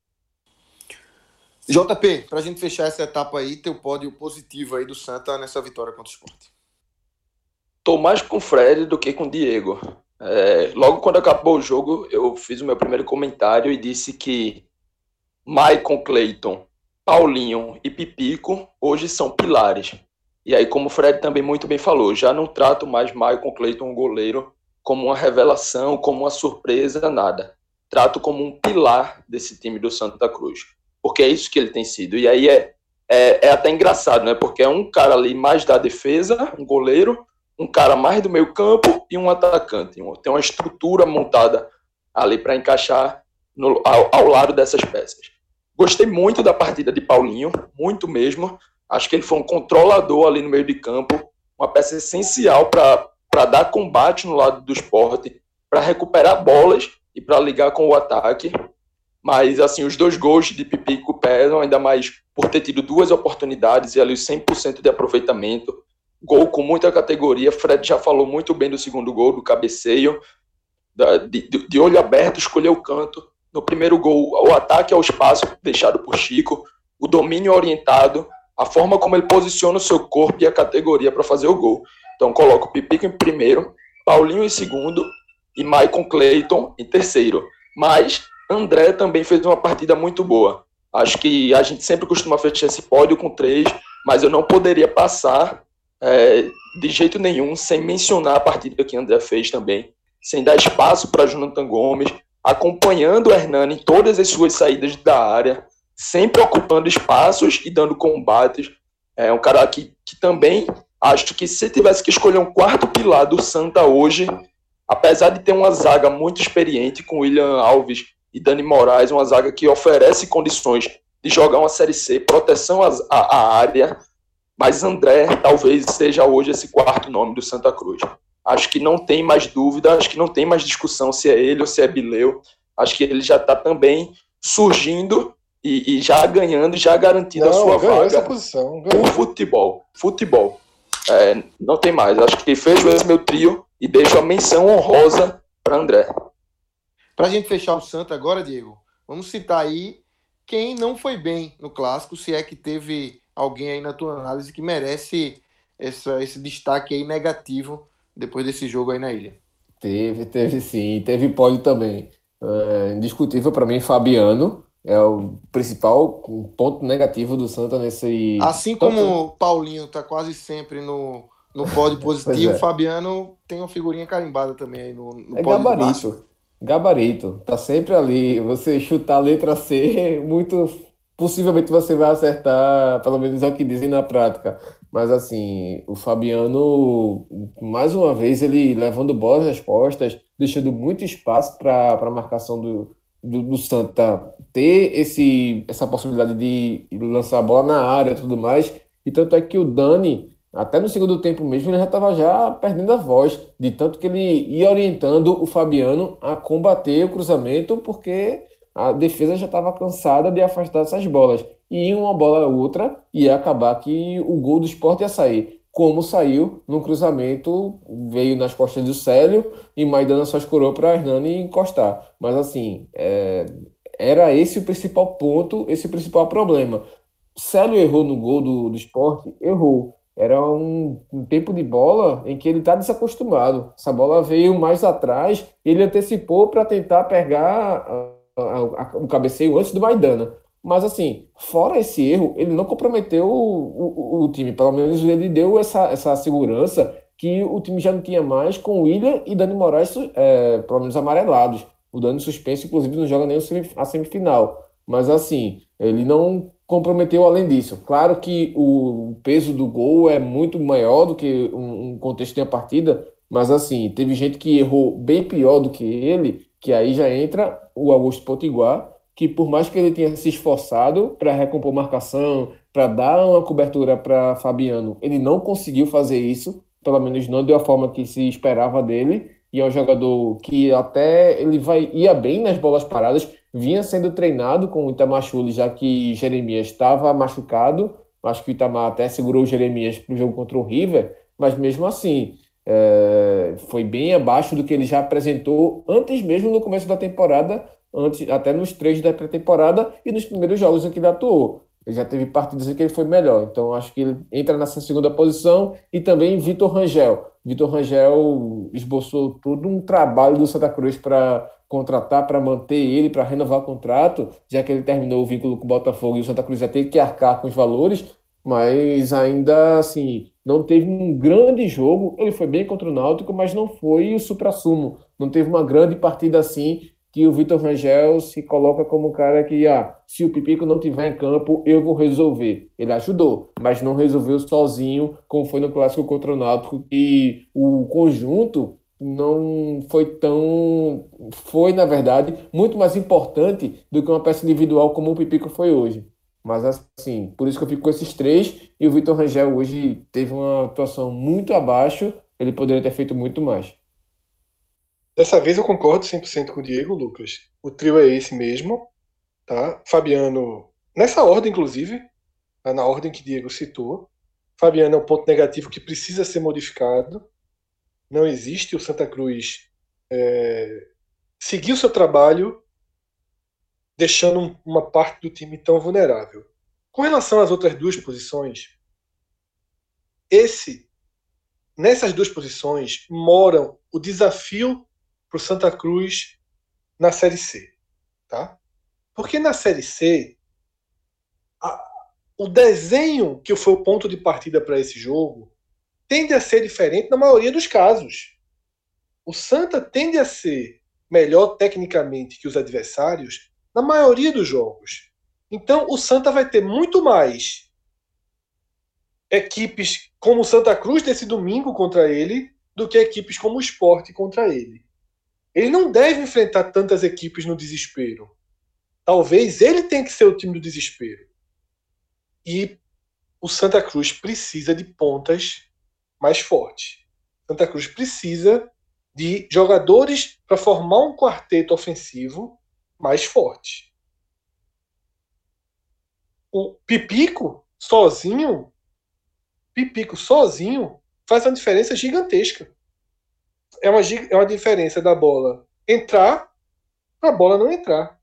[SPEAKER 2] JP, para a gente fechar essa etapa aí, teu pódio positivo aí do Santa nessa vitória contra o Sport.
[SPEAKER 4] Tô mais com o Fred do que com o Diego. Logo quando acabou o jogo, eu fiz o meu primeiro comentário e disse que Maicon, Cleiton, Paulinho e Pipico hoje são pilares. E aí, como o Fred também muito bem falou, já não trato mais Maicon, Cleiton, um goleiro, como uma revelação, como uma surpresa, nada. Trato como um pilar desse time do Santa Cruz. Porque é isso que ele tem sido. E aí é até engraçado, né? Porque é um cara ali mais da defesa, um goleiro, um cara mais do meio campo e um atacante. Tem uma estrutura montada ali para encaixar ao lado dessas peças. Gostei muito da partida de Paulinho, muito mesmo. Acho que ele foi um controlador ali no meio de campo, uma peça essencial para dar combate no lado do Sport, para recuperar bolas e para ligar com o ataque. Mas, assim, os 2 gols de Pipico pesam, ainda mais por ter tido 2 oportunidades e ali 100% de aproveitamento. Gol com muita categoria. Fred já falou muito bem do segundo gol, do cabeceio, de olho aberto, escolher o canto. No primeiro gol, o ataque ao espaço deixado por Chico, o domínio orientado, a forma como ele posiciona o seu corpo e a categoria para fazer o gol. Então, coloco Pipico em primeiro, Paulinho em segundo e Maicon, Cleiton em terceiro. Mas André também fez uma partida muito boa. Acho que a gente sempre costuma fechar esse pódio com 3, mas eu não poderia passar de jeito nenhum sem mencionar a partida que André fez também, sem dar espaço para Jonathan Gomes, acompanhando o Hernani em todas as suas saídas da área, sempre ocupando espaços e dando combates. É um cara que também Acho que se tivesse que escolher um quarto pilar do Santa hoje, apesar de ter uma zaga muito experiente com William Alves e Dani Moraes, uma zaga que oferece condições de jogar uma Série C, proteção à área, mas André talvez seja hoje esse quarto nome do Santa Cruz. Acho que não tem mais dúvida, acho que não tem mais discussão se é ele ou se é Bileu. Acho que ele já está também surgindo e já ganhando, já garantindo a sua vaga
[SPEAKER 3] essa posição,
[SPEAKER 4] por futebol. Não tem mais. Acho que fecho esse meu trio e deixo a menção honrosa para André.
[SPEAKER 2] Para a gente fechar o Santa agora, Diego, vamos citar aí quem não foi bem no Clássico, se é que teve alguém aí na tua análise que merece esse destaque aí negativo depois desse jogo aí na ilha.
[SPEAKER 5] Teve sim. Teve pódio também. Indiscutível para mim, Fabiano é o principal ponto negativo do Santa nesse...
[SPEAKER 2] Assim como o Paulinho está quase sempre no pódio positivo, Fabiano tem uma figurinha carimbada também aí no pódio
[SPEAKER 5] gabarito. Tá sempre ali. Você chutar a letra C, muito possivelmente você vai acertar, pelo menos é o que dizem na prática. Mas assim, o Fabiano, mais uma vez, ele levando bolas nas costas, deixando muito espaço para a marcação do Santa ter essa possibilidade de lançar a bola na área e tudo mais. E tanto é que o Dani, até no segundo tempo mesmo, ele já estava perdendo a voz, de tanto que ele ia orientando o Fabiano a combater o cruzamento, porque a defesa já estava cansada de afastar essas bolas. E uma bola ou outra ia acabar que o gol do Sport ia sair. Como saiu no cruzamento, veio nas costas do Célio e Maidana só escorou para Hernani encostar. Mas assim, era esse o principal ponto, esse o principal problema. Célio errou no gol do Sport? Errou. Era um tempo de bola em que ele está desacostumado. Essa bola veio mais atrás, ele antecipou para tentar pegar o cabeceio antes do Maidana. Mas assim, fora esse erro, ele não comprometeu o time. Pelo menos ele deu essa segurança que o time já não tinha mais com o William e Dani Moraes, pelo menos amarelados. O Dani suspenso, inclusive, não joga nem a semifinal. Mas assim, ele não comprometeu além disso. Claro que o peso do gol é muito maior do que um contexto de uma partida, mas assim, teve gente que errou bem pior do que ele, que aí já entra o Augusto Potiguar, que por mais que ele tenha se esforçado para recompor marcação, para dar uma cobertura para Fabiano, ele não conseguiu fazer isso, pelo menos não de uma forma que se esperava dele, e é um jogador que até ele ia bem nas bolas paradas, vinha sendo treinado com o Itamar Schulli, já que Jeremias estava machucado. Acho que o Itamar até segurou o Jeremias para o jogo contra o River, mas mesmo assim, foi bem abaixo do que ele já apresentou antes mesmo no começo da temporada, até nos treinos da pré-temporada e nos primeiros jogos em que ele atuou. Ele já teve partidas em que ele foi melhor. Então, acho que ele entra nessa segunda posição. E também Vitor Rangel. Vitor Rangel esboçou todo um trabalho do Santa Cruz para contratar, para manter ele, para renovar o contrato, já que ele terminou o vínculo com o Botafogo e o Santa Cruz já teve que arcar com os valores, mas ainda assim, não teve um grande jogo. Ele foi bem contra o Náutico, mas não foi o suprassumo. Não teve uma grande partida assim, que o Vitor Rangel se coloca como um cara que, se o Pipico não tiver em campo, eu vou resolver. Ele ajudou, mas não resolveu sozinho, como foi no Clássico contra o Náutico, e o conjunto não foi tão... Foi, na verdade, muito mais importante do que uma peça individual como o Pipico foi hoje. Mas, assim, por isso que eu fico com esses três, e o Vitor Rangel hoje teve uma atuação muito abaixo, ele poderia ter feito muito mais.
[SPEAKER 3] Dessa vez eu concordo 100% com o Diego, Lucas. O trio é esse mesmo, tá? Fabiano, nessa ordem, inclusive, na ordem que Diego citou. Fabiano é um ponto negativo que precisa ser modificado. Não existe o Santa Cruz seguir o seu trabalho deixando uma parte do time tão vulnerável. Com relação às outras duas posições, nessas duas posições moram o desafio para o Santa Cruz na Série C. Tá? Porque na Série C, o desenho que foi o ponto de partida para esse jogo tende a ser diferente na maioria dos casos. O Santa tende a ser melhor tecnicamente que os adversários na maioria dos jogos. Então, o Santa vai ter muito mais equipes como o Santa Cruz nesse domingo contra ele do que equipes como o Sport contra ele. Ele não deve enfrentar tantas equipes no desespero. Talvez ele tenha que ser o time do desespero. E o Santa Cruz precisa de pontas mais fortes. Santa Cruz precisa de jogadores para formar um quarteto ofensivo mais forte. O Pipico sozinho faz uma diferença gigantesca. É uma diferença da bola entrar para a bola não entrar.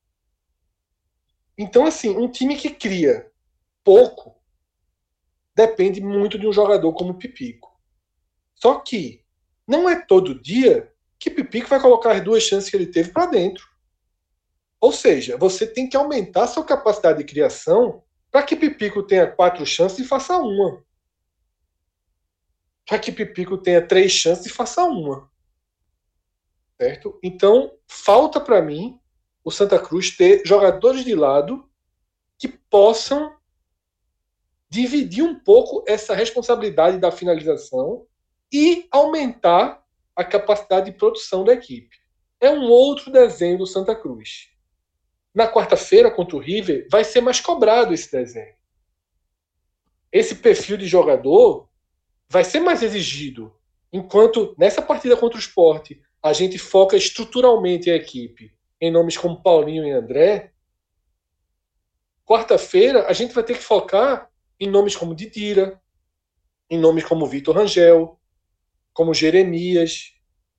[SPEAKER 3] Então, assim, um time que cria pouco depende muito de um jogador como o Pipico. Só que não é todo dia que Pipico vai colocar as 2 chances que ele teve para dentro. Ou seja, você tem que aumentar a sua capacidade de criação para que Pipico tenha 4 chances e faça 1. Para que Pipico tenha 3 chances e faça 1. Certo? Então, falta para mim o Santa Cruz ter jogadores de lado que possam dividir um pouco essa responsabilidade da finalização e aumentar a capacidade de produção da equipe. É um outro desenho do Santa Cruz. Na quarta-feira, contra o River, vai ser mais cobrado esse desenho. Esse perfil de jogador vai ser mais exigido. Enquanto nessa partida contra o Sport, a gente foca estruturalmente a equipe em nomes como Paulinho e André, quarta-feira a gente vai ter que focar em nomes como Didira, em nomes como Vitor Rangel, como Jeremias.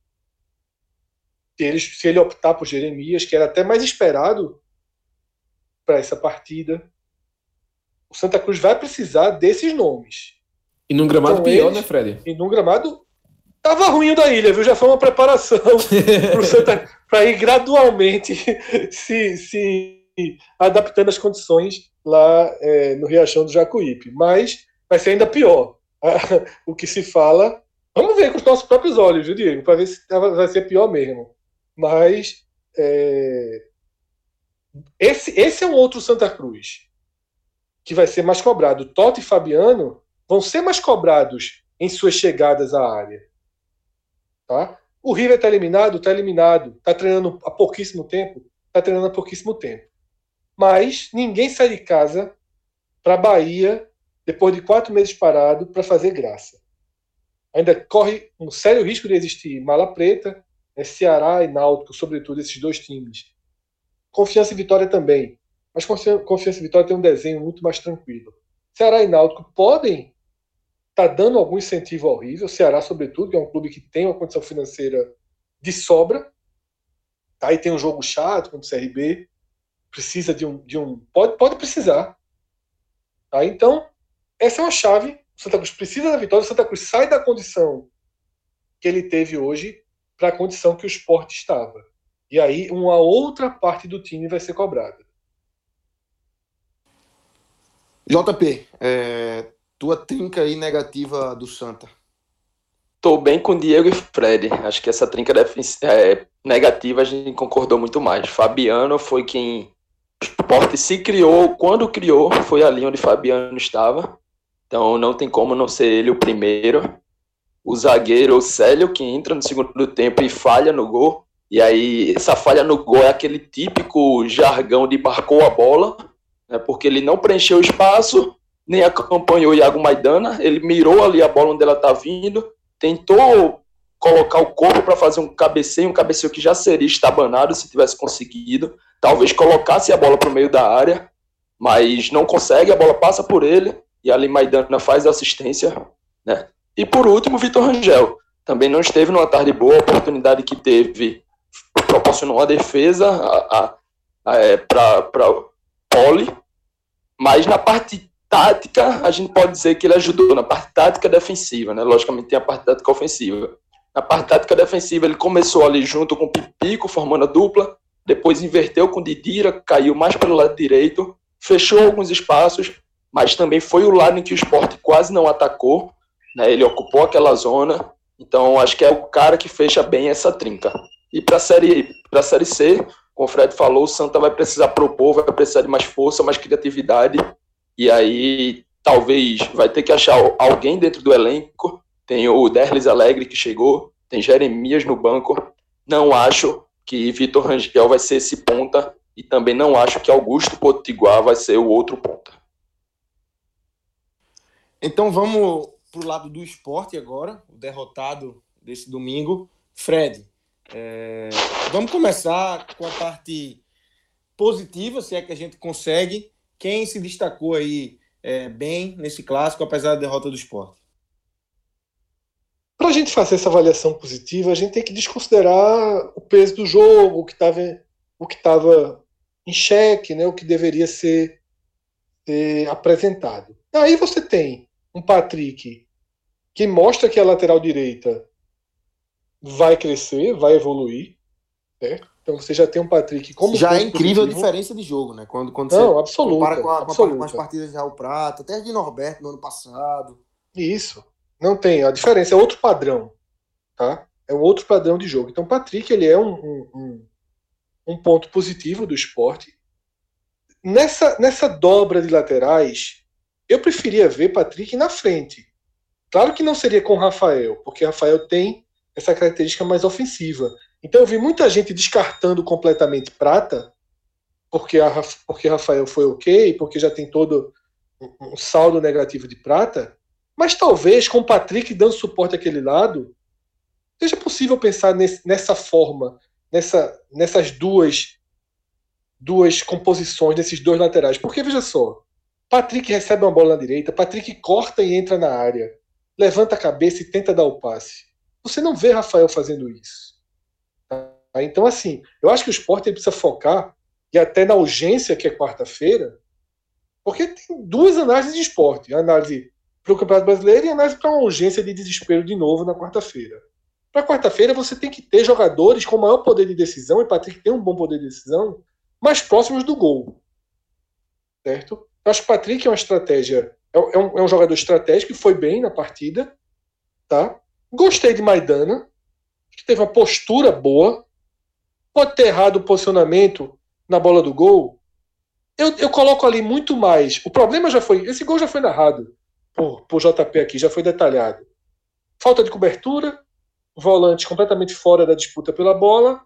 [SPEAKER 3] Se ele optar por Jeremias, que era até mais esperado para essa partida, o Santa Cruz vai precisar desses nomes.
[SPEAKER 5] E num gramado então, pior, né, Fred?
[SPEAKER 3] E num gramado tava ruim da ilha, viu? Já foi uma preparação para ir gradualmente se adaptando às condições lá no Riachão do Jacuípe. Mas vai ser ainda pior. O que se fala... Vamos ver com os nossos próprios olhos, viu, Diego? Para ver se vai ser pior mesmo. Mas esse é um outro Santa Cruz que vai ser mais cobrado. Totti e Fabiano vão ser mais cobrados em suas chegadas à área. Tá? O River está eliminado. Está treinando há pouquíssimo tempo. Mas ninguém sai de casa para a Bahia, depois de 4 meses parado, para fazer graça. Ainda corre um sério risco de existir mala preta, Ceará e Náutico, sobretudo esses 2 times. Confiança e Vitória também. Mas Confiança e Vitória tem um desenho muito mais tranquilo. Ceará e Náutico podem estar dando algum incentivo ao River. O Ceará, sobretudo, que é um clube que tem uma condição financeira de sobra. Tá? E tem um jogo chato contra o CRB. Precisa de um... Pode precisar. Tá? Então, essa é uma chave. O Santa Cruz precisa da vitória. O Santa Cruz sai da condição que ele teve hoje para a condição que o Sport estava. E aí, uma outra parte do time vai ser cobrada.
[SPEAKER 6] JP, tua trinca aí negativa do Santa.
[SPEAKER 4] Tô bem com Diego e Fred. Acho que essa trinca negativa a gente concordou muito mais. Fabiano foi quem o Sport se criou. Quando criou, foi ali onde Fabiano estava. Então não tem como não ser ele o primeiro. O zagueiro, o Célio, que entra no segundo tempo e falha no gol. E aí, essa falha no gol é aquele típico jargão de marcou a bola, né, porque ele não preencheu o espaço, nem acompanhou o Iago Maidana, ele mirou ali a bola onde ela está vindo, tentou colocar o corpo para fazer um cabeceio que já seria estabanado se tivesse conseguido, talvez colocasse a bola para o meio da área, mas não consegue, a bola passa por ele, e ali Maidana faz a assistência, né? E por último, Vitor Rangel, também não esteve numa tarde boa, a oportunidade que teve proporcionou uma defesa para Poli, mas na parte tática, a gente pode dizer que ele ajudou na parte tática defensiva, né? Logicamente tem a parte tática ofensiva. Na parte tática defensiva, ele começou ali junto com o Pipico, formando a dupla, depois inverteu com o Didira, caiu mais pelo lado direito, fechou alguns espaços, mas também foi o lado em que o Sport quase não atacou, né? Ele ocupou aquela zona, então acho que é o cara que fecha bem essa trinca. E para a série C, como o Fred falou, o Santa vai precisar propor, vai precisar de mais força, mais criatividade. E aí talvez vai ter que achar alguém dentro do elenco. Tem o Derlis Alegre que chegou, tem Jeremias no banco. Não acho que Vitor Rangel vai ser esse ponta e também não acho que Augusto Potiguar vai ser o outro ponta.
[SPEAKER 2] Então vamos para o lado do Sport agora, o derrotado desse domingo. Fred, vamos começar com a parte positiva, se é que a gente consegue. Quem se destacou aí bem nesse clássico, apesar da derrota do Sport?
[SPEAKER 3] Para a gente fazer essa avaliação positiva, a gente tem que desconsiderar o peso do jogo, o que estava em xeque, né, o que deveria ser apresentado. Aí você tem um Patrick que mostra que a lateral direita vai crescer, vai evoluir, certo? Então você já tem um Patrick como
[SPEAKER 6] já é incrível
[SPEAKER 3] positivo.
[SPEAKER 6] A diferença de jogo, né? Quando
[SPEAKER 3] Não,
[SPEAKER 6] você
[SPEAKER 3] absoluta,
[SPEAKER 6] compara com as partidas de Raul Prata, até de Norberto no ano passado.
[SPEAKER 3] Isso. Não tem. A diferença é outro padrão. Tá? É um outro padrão de jogo. Então o Patrick ele é um ponto positivo do Sport. Nessa dobra de laterais, eu preferia ver Patrick na frente. Claro que não seria com Rafael, porque Rafael tem essa característica mais ofensiva. Então eu vi muita gente descartando completamente Prata, porque Rafael foi ok, porque já tem todo um saldo negativo de Prata, mas talvez com o Patrick dando suporte àquele lado, seja possível pensar nessa forma, nessas duas composições, desses dois laterais. Porque, veja só, Patrick recebe uma bola na direita, Patrick corta e entra na área, levanta a cabeça e tenta dar o passe. Você não vê Rafael fazendo isso. Tá? Então, assim, eu acho que o Sport precisa focar, e até na urgência que é quarta-feira, porque tem duas análises de esporte. A análise para o Campeonato Brasileiro e a análise para uma urgência de desespero de novo na quarta-feira. Para quarta-feira você tem que ter jogadores com maior poder de decisão, e Patrick tem um bom poder de decisão, mais próximos do gol. Certo? Eu acho que o Patrick é uma estratégia, é um jogador estratégico que foi bem na partida. Tá? Gostei de Maidana, que teve uma postura boa, pode ter errado o posicionamento na bola do gol. Eu coloco ali muito mais. O problema já foi, esse gol já foi narrado por JP aqui, já foi detalhado. Falta de cobertura, volante completamente fora da disputa pela bola,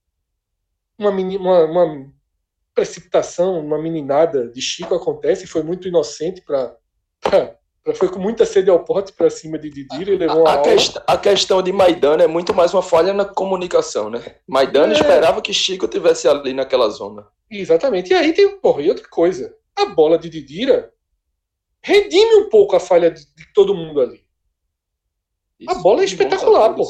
[SPEAKER 3] uma precipitação, uma meninada de Chico acontece, foi muito inocente foi com muita sede ao pote para cima de Didira e levou
[SPEAKER 4] a questão de Maidana é muito mais uma falha na comunicação, né? Maidana esperava que Chico tivesse ali naquela zona.
[SPEAKER 3] Exatamente. E aí tem, e outra coisa, a bola de Didira redime um pouco a falha de todo mundo ali. Isso, a bola é espetacular, pô.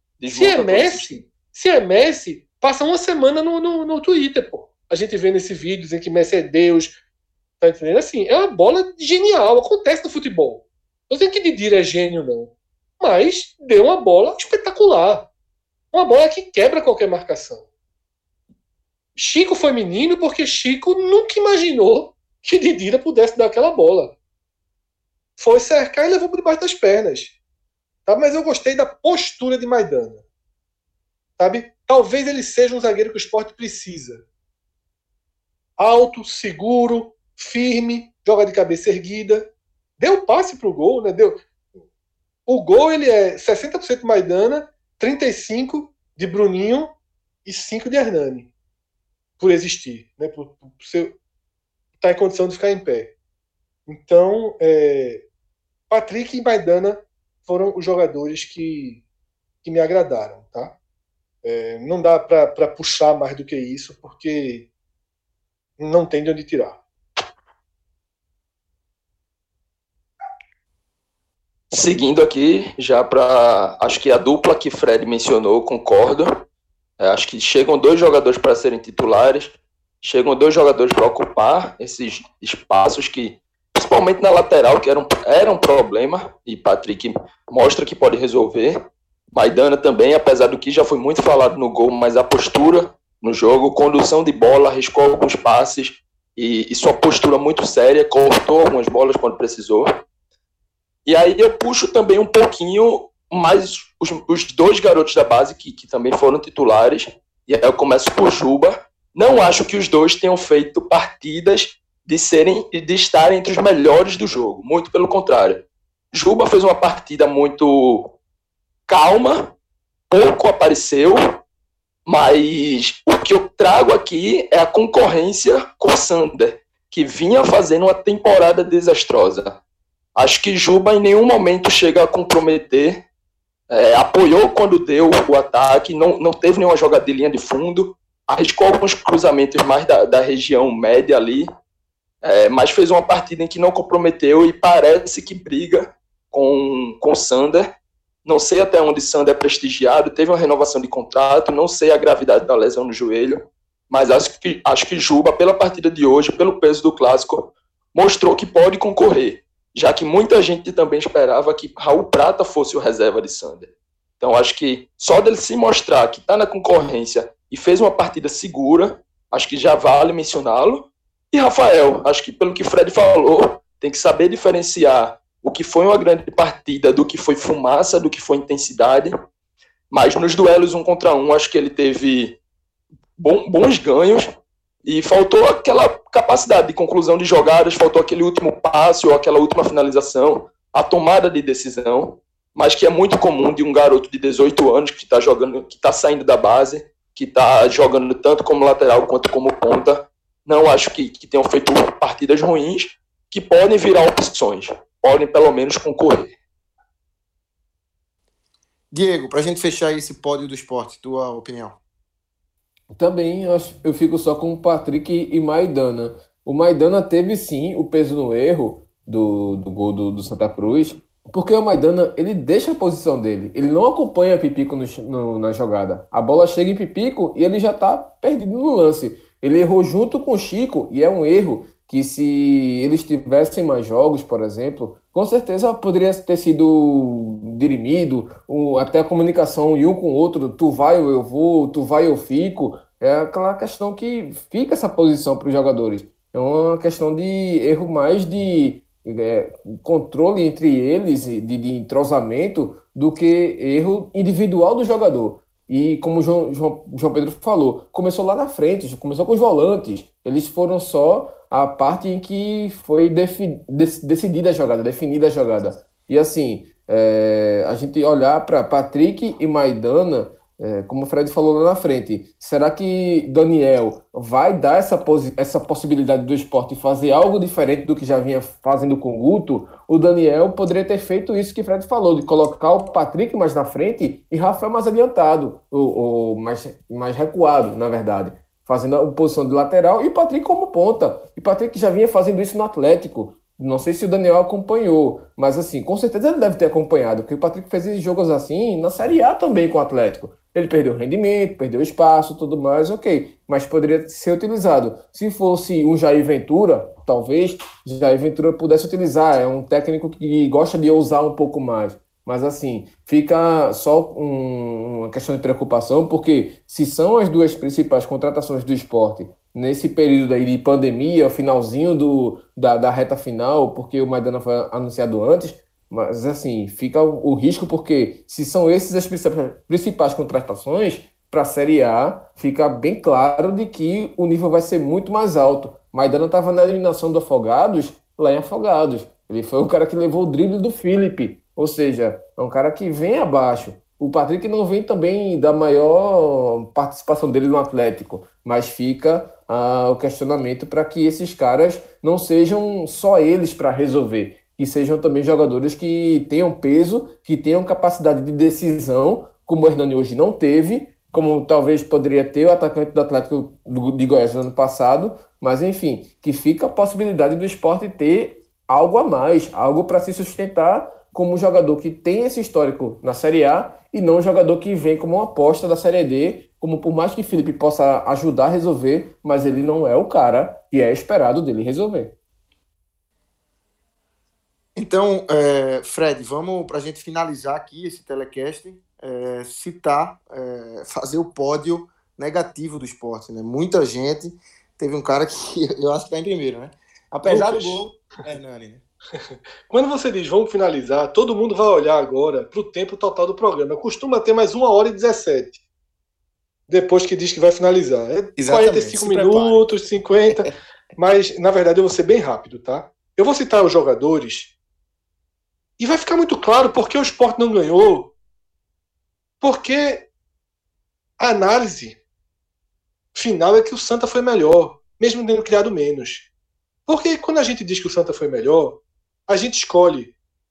[SPEAKER 3] Se é Messi, passa uma semana no Twitter, pô. A gente vê nesse vídeo em que Messi é Deus. Tá entendendo? Assim, é uma bola genial. Acontece no futebol. Não sei que Didira é gênio, não. Mas deu uma bola espetacular. Uma bola que quebra qualquer marcação. Chico foi menino porque Chico nunca imaginou que Didira pudesse dar aquela bola. Foi cercar e levou por debaixo das pernas. Tá? Mas eu gostei da postura de Maidana. Sabe? Talvez ele seja um zagueiro que o Sport precisa. Alto, seguro, firme, joga de cabeça erguida. Deu passe pro gol, né? O gol ele é 60% Maidana, 35% de Bruninho e 5% de Hernani. Por existir, né? Por estar em condição de ficar em pé. Então, Patrick e Maidana foram os jogadores que me agradaram, tá? Não dá para puxar mais do que isso, porque não tem de onde tirar.
[SPEAKER 4] Seguindo aqui, já para acho que a dupla que Fred mencionou, concordo. Acho que chegam 2 jogadores para serem titulares, chegam 2 jogadores para ocupar esses espaços que, principalmente na lateral, que era um problema, e Patrick mostra que pode resolver. Maidana também, apesar do que já foi muito falado no gol, mas a postura no jogo, condução de bola, arriscou alguns passes e sua postura muito séria, cortou algumas bolas quando precisou. E aí eu puxo também um pouquinho mais os 2 garotos da base que também foram titulares, e aí eu começo por Juba. Não acho que os 2 tenham feito partidas de estar entre os melhores do jogo. Muito pelo contrário. Juba fez uma partida muito calma, pouco apareceu, mas o que eu trago aqui é a concorrência com o Sander, que vinha fazendo uma temporada desastrosa. Acho que Juba em nenhum momento chega a comprometer, apoiou quando deu o ataque, não teve nenhuma jogada de linha de fundo, arriscou alguns cruzamentos mais da região média ali, mas fez uma partida em que não comprometeu e parece que briga com o Sander. Não sei até onde Sander é prestigiado, teve uma renovação de contrato, não sei a gravidade da lesão no joelho, mas acho que Juba, pela partida de hoje, pelo peso do clássico, mostrou que pode concorrer, já que muita gente também esperava que Raul Prata fosse o reserva de Sander. Então acho que só dele se mostrar que está na concorrência e fez uma partida segura, acho que já vale mencioná-lo. E Rafael, acho que pelo que Fred falou, tem que saber diferenciar o que foi uma grande partida do que foi fumaça, do que foi intensidade, mas nos duelos 1 contra 1, acho que ele teve bons ganhos e faltou aquela capacidade de conclusão de jogadas, faltou aquele último passe ou aquela última finalização, a tomada de decisão, mas que é muito comum de um garoto de 18 anos que está jogando, que está saindo da base, que está jogando tanto como lateral quanto como ponta. Não acho que tenham feito partidas ruins, que podem virar opções, podem pelo menos concorrer.
[SPEAKER 6] Diego, para a gente fechar esse pódio do esporte, tua opinião?
[SPEAKER 5] Também eu fico só com o Patrick e Maidana. O Maidana teve sim o peso no erro do gol do Santa Cruz, porque o Maidana, ele deixa a posição dele, ele não acompanha Pipico na jogada. A bola chega em Pipico e ele já está perdido no lance. Ele errou junto com o Chico, e é um erro que, se eles tivessem mais jogos, por exemplo, com certeza poderia ter sido dirimido, até a comunicação e um com o outro, tu vai ou eu vou, tu vai ou eu fico. É aquela questão que fica essa posição para os jogadores. É uma questão de erro mais de controle entre eles, de entrosamento, do que erro individual do jogador. E como o João Pedro falou, começou lá na frente, começou com os volantes. Eles foram só a parte em que foi decidida a jogada, definida a jogada. E assim, a gente olhar para Patrick e Maidana, como o Fred falou lá na frente, será que Daniel vai dar essa possibilidade do Sport fazer algo diferente do que já vinha fazendo com o Guto? O Daniel poderia ter feito isso que o Fred falou, de colocar o Patrick mais na frente e Rafael mais adiantado, ou mais recuado, na verdade, fazendo a posição de lateral e o Patrick como ponta. E o Patrick já vinha fazendo isso no Atlético. Não sei se o Daniel acompanhou, mas assim, com certeza ele deve ter acompanhado, porque o Patrick fez jogos assim na Série A também com o Atlético. Ele perdeu rendimento, perdeu espaço, tudo mais, ok, mas poderia ser utilizado. Se fosse um Jair Ventura, talvez Jair Ventura pudesse utilizar, é um técnico que gosta de ousar um pouco mais. Mas assim, fica só uma questão de preocupação, porque se são as duas principais contratações do Sport nesse período aí de pandemia, o finalzinho da reta final, porque o Maidana foi anunciado antes, mas assim, fica o risco, porque se são essas as principais contratações para a Série A, fica bem claro de que o nível vai ser muito mais alto. Maidana estava na eliminação do Afogados, lá em Afogados. Ele foi o cara que levou o drible do Felipe, ou seja, é um cara que vem abaixo. O Patrick não vem também da maior participação dele no Atlético, mas fica o questionamento para que esses caras não sejam só eles para resolver, que sejam também jogadores que tenham peso, que tenham capacidade de decisão, como o Hernani hoje não teve, como talvez poderia ter o atacante do Atlético de Goiás no ano passado, mas enfim, que fica a possibilidade do Sport ter algo a mais, algo para se sustentar como um jogador que tem esse histórico na Série A e não um jogador que vem como uma aposta da Série D, como por mais que Felipe possa ajudar a resolver, mas ele não é o cara que é esperado dele resolver.
[SPEAKER 6] Então, Fred, vamos, para a gente finalizar aqui esse telecast, citar, fazer o pódio negativo do Sport, né? Muita gente, teve um cara que eu acho que está em primeiro, né? Apesar do gol, Hernani, né?
[SPEAKER 3] Quando você diz vamos finalizar, todo mundo vai olhar agora para o tempo total do programa. Costuma ter mais 1h17. Depois que diz que vai finalizar. 45 minutos, 50. Mas, na verdade, eu vou ser bem rápido, tá? Eu vou citar os jogadores e vai ficar muito claro por que o Sport não ganhou. Porque a análise final é que o Santa foi melhor, mesmo tendo criado menos. Porque quando a gente diz que o Santa foi melhor, a gente escolhe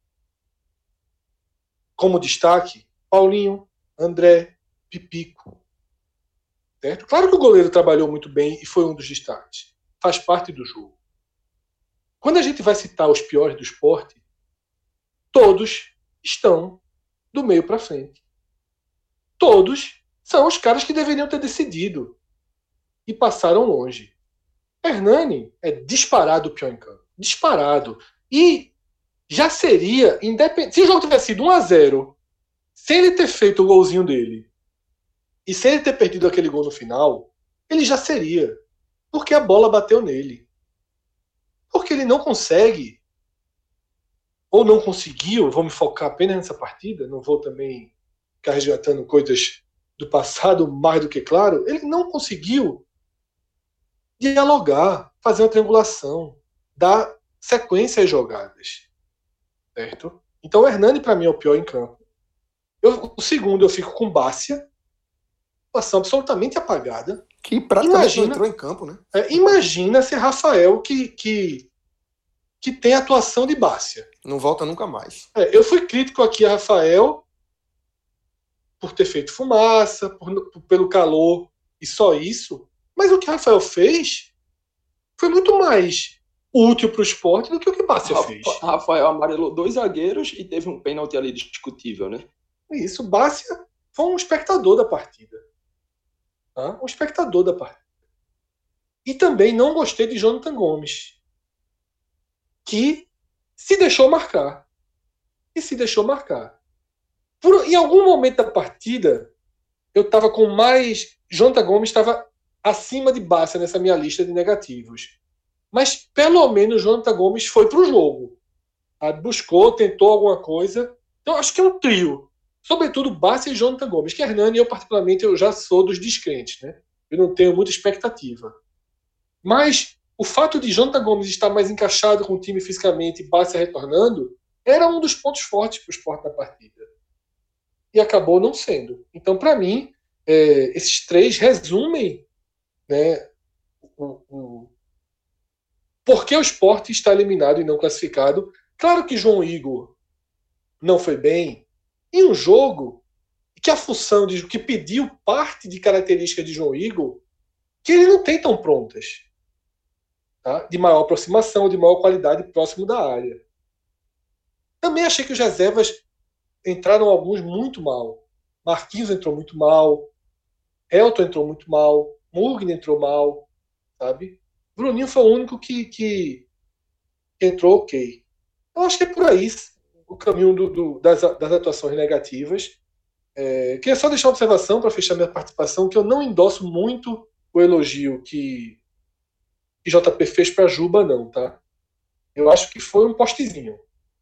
[SPEAKER 3] como destaque Paulinho, André, Pipico. Certo? Claro que o goleiro trabalhou muito bem e foi um dos destaques. Faz parte do jogo. Quando a gente vai citar os piores do Sport, todos estão do meio para frente. Todos são os caras que deveriam ter decidido e passaram longe. Hernani é disparado o pior em campo. Disparado. E já seria, independente. Se o jogo tivesse sido 1-0, sem ele ter feito o golzinho dele e sem ele ter perdido aquele gol no final, ele já seria. Porque a bola bateu nele. Porque ele não consegue, ou não conseguiu, vou me focar apenas nessa partida, não vou também ficar resgatando coisas do passado mais do que claro, ele não conseguiu dialogar, fazer uma triangulação, dar sequência às jogadas. Certo? Então o Hernani, para mim, é o pior em campo. O segundo, eu fico com Bárcia, situação absolutamente apagada.
[SPEAKER 6] Que praticamente não entrou em campo, né?
[SPEAKER 3] Imagina se Rafael que tem atuação de Bárcia.
[SPEAKER 6] Não volta nunca mais.
[SPEAKER 3] Eu fui crítico aqui a Rafael por ter feito fumaça, pelo calor e só isso. Mas o que Rafael fez foi muito mais útil para o Sport do que o que Bárcia fez.
[SPEAKER 4] Rafael amarelou 2 zagueiros e teve um pênalti ali discutível, né?
[SPEAKER 3] Isso, Bárcia foi um espectador da partida. Tá? Um espectador da partida. E também não gostei de Jonathan Gomes, que se deixou marcar. Em algum momento da partida, eu estava com mais... Jonathan Gomes estava acima de Bárcia nessa minha lista de negativos. Mas, pelo menos, Jonathan Gomes foi para o jogo. Buscou, tentou alguma coisa. Então, acho que é um trio. Sobretudo, Bárcia e Jonathan Gomes. Que Hernani, eu particularmente, eu já sou dos descrentes, né? Eu não tenho muita expectativa. Mas o fato de Jonathan Gomes estar mais encaixado com o time fisicamente e Bárcia retornando era um dos pontos fortes para o Sport na partida. E acabou não sendo. Então, para mim, esses três resumem, né, por que o Sport está eliminado e não classificado. Claro que João Igor não foi bem em um jogo que a função que pediu parte de características de João Igor que ele não tem tão prontas. Tá? De maior aproximação, de maior qualidade próximo da área. Também achei que os reservas entraram alguns muito mal. Marquinhos entrou muito mal, Elton entrou muito mal, Mugni entrou mal, sabe? Bruninho foi o único que entrou ok. Eu acho que é por aí o caminho das atuações negativas. Queria só deixar uma observação para fechar minha participação, que eu não endosso muito o elogio que JP fez para Juba, não, tá? Eu acho que foi um postezinho.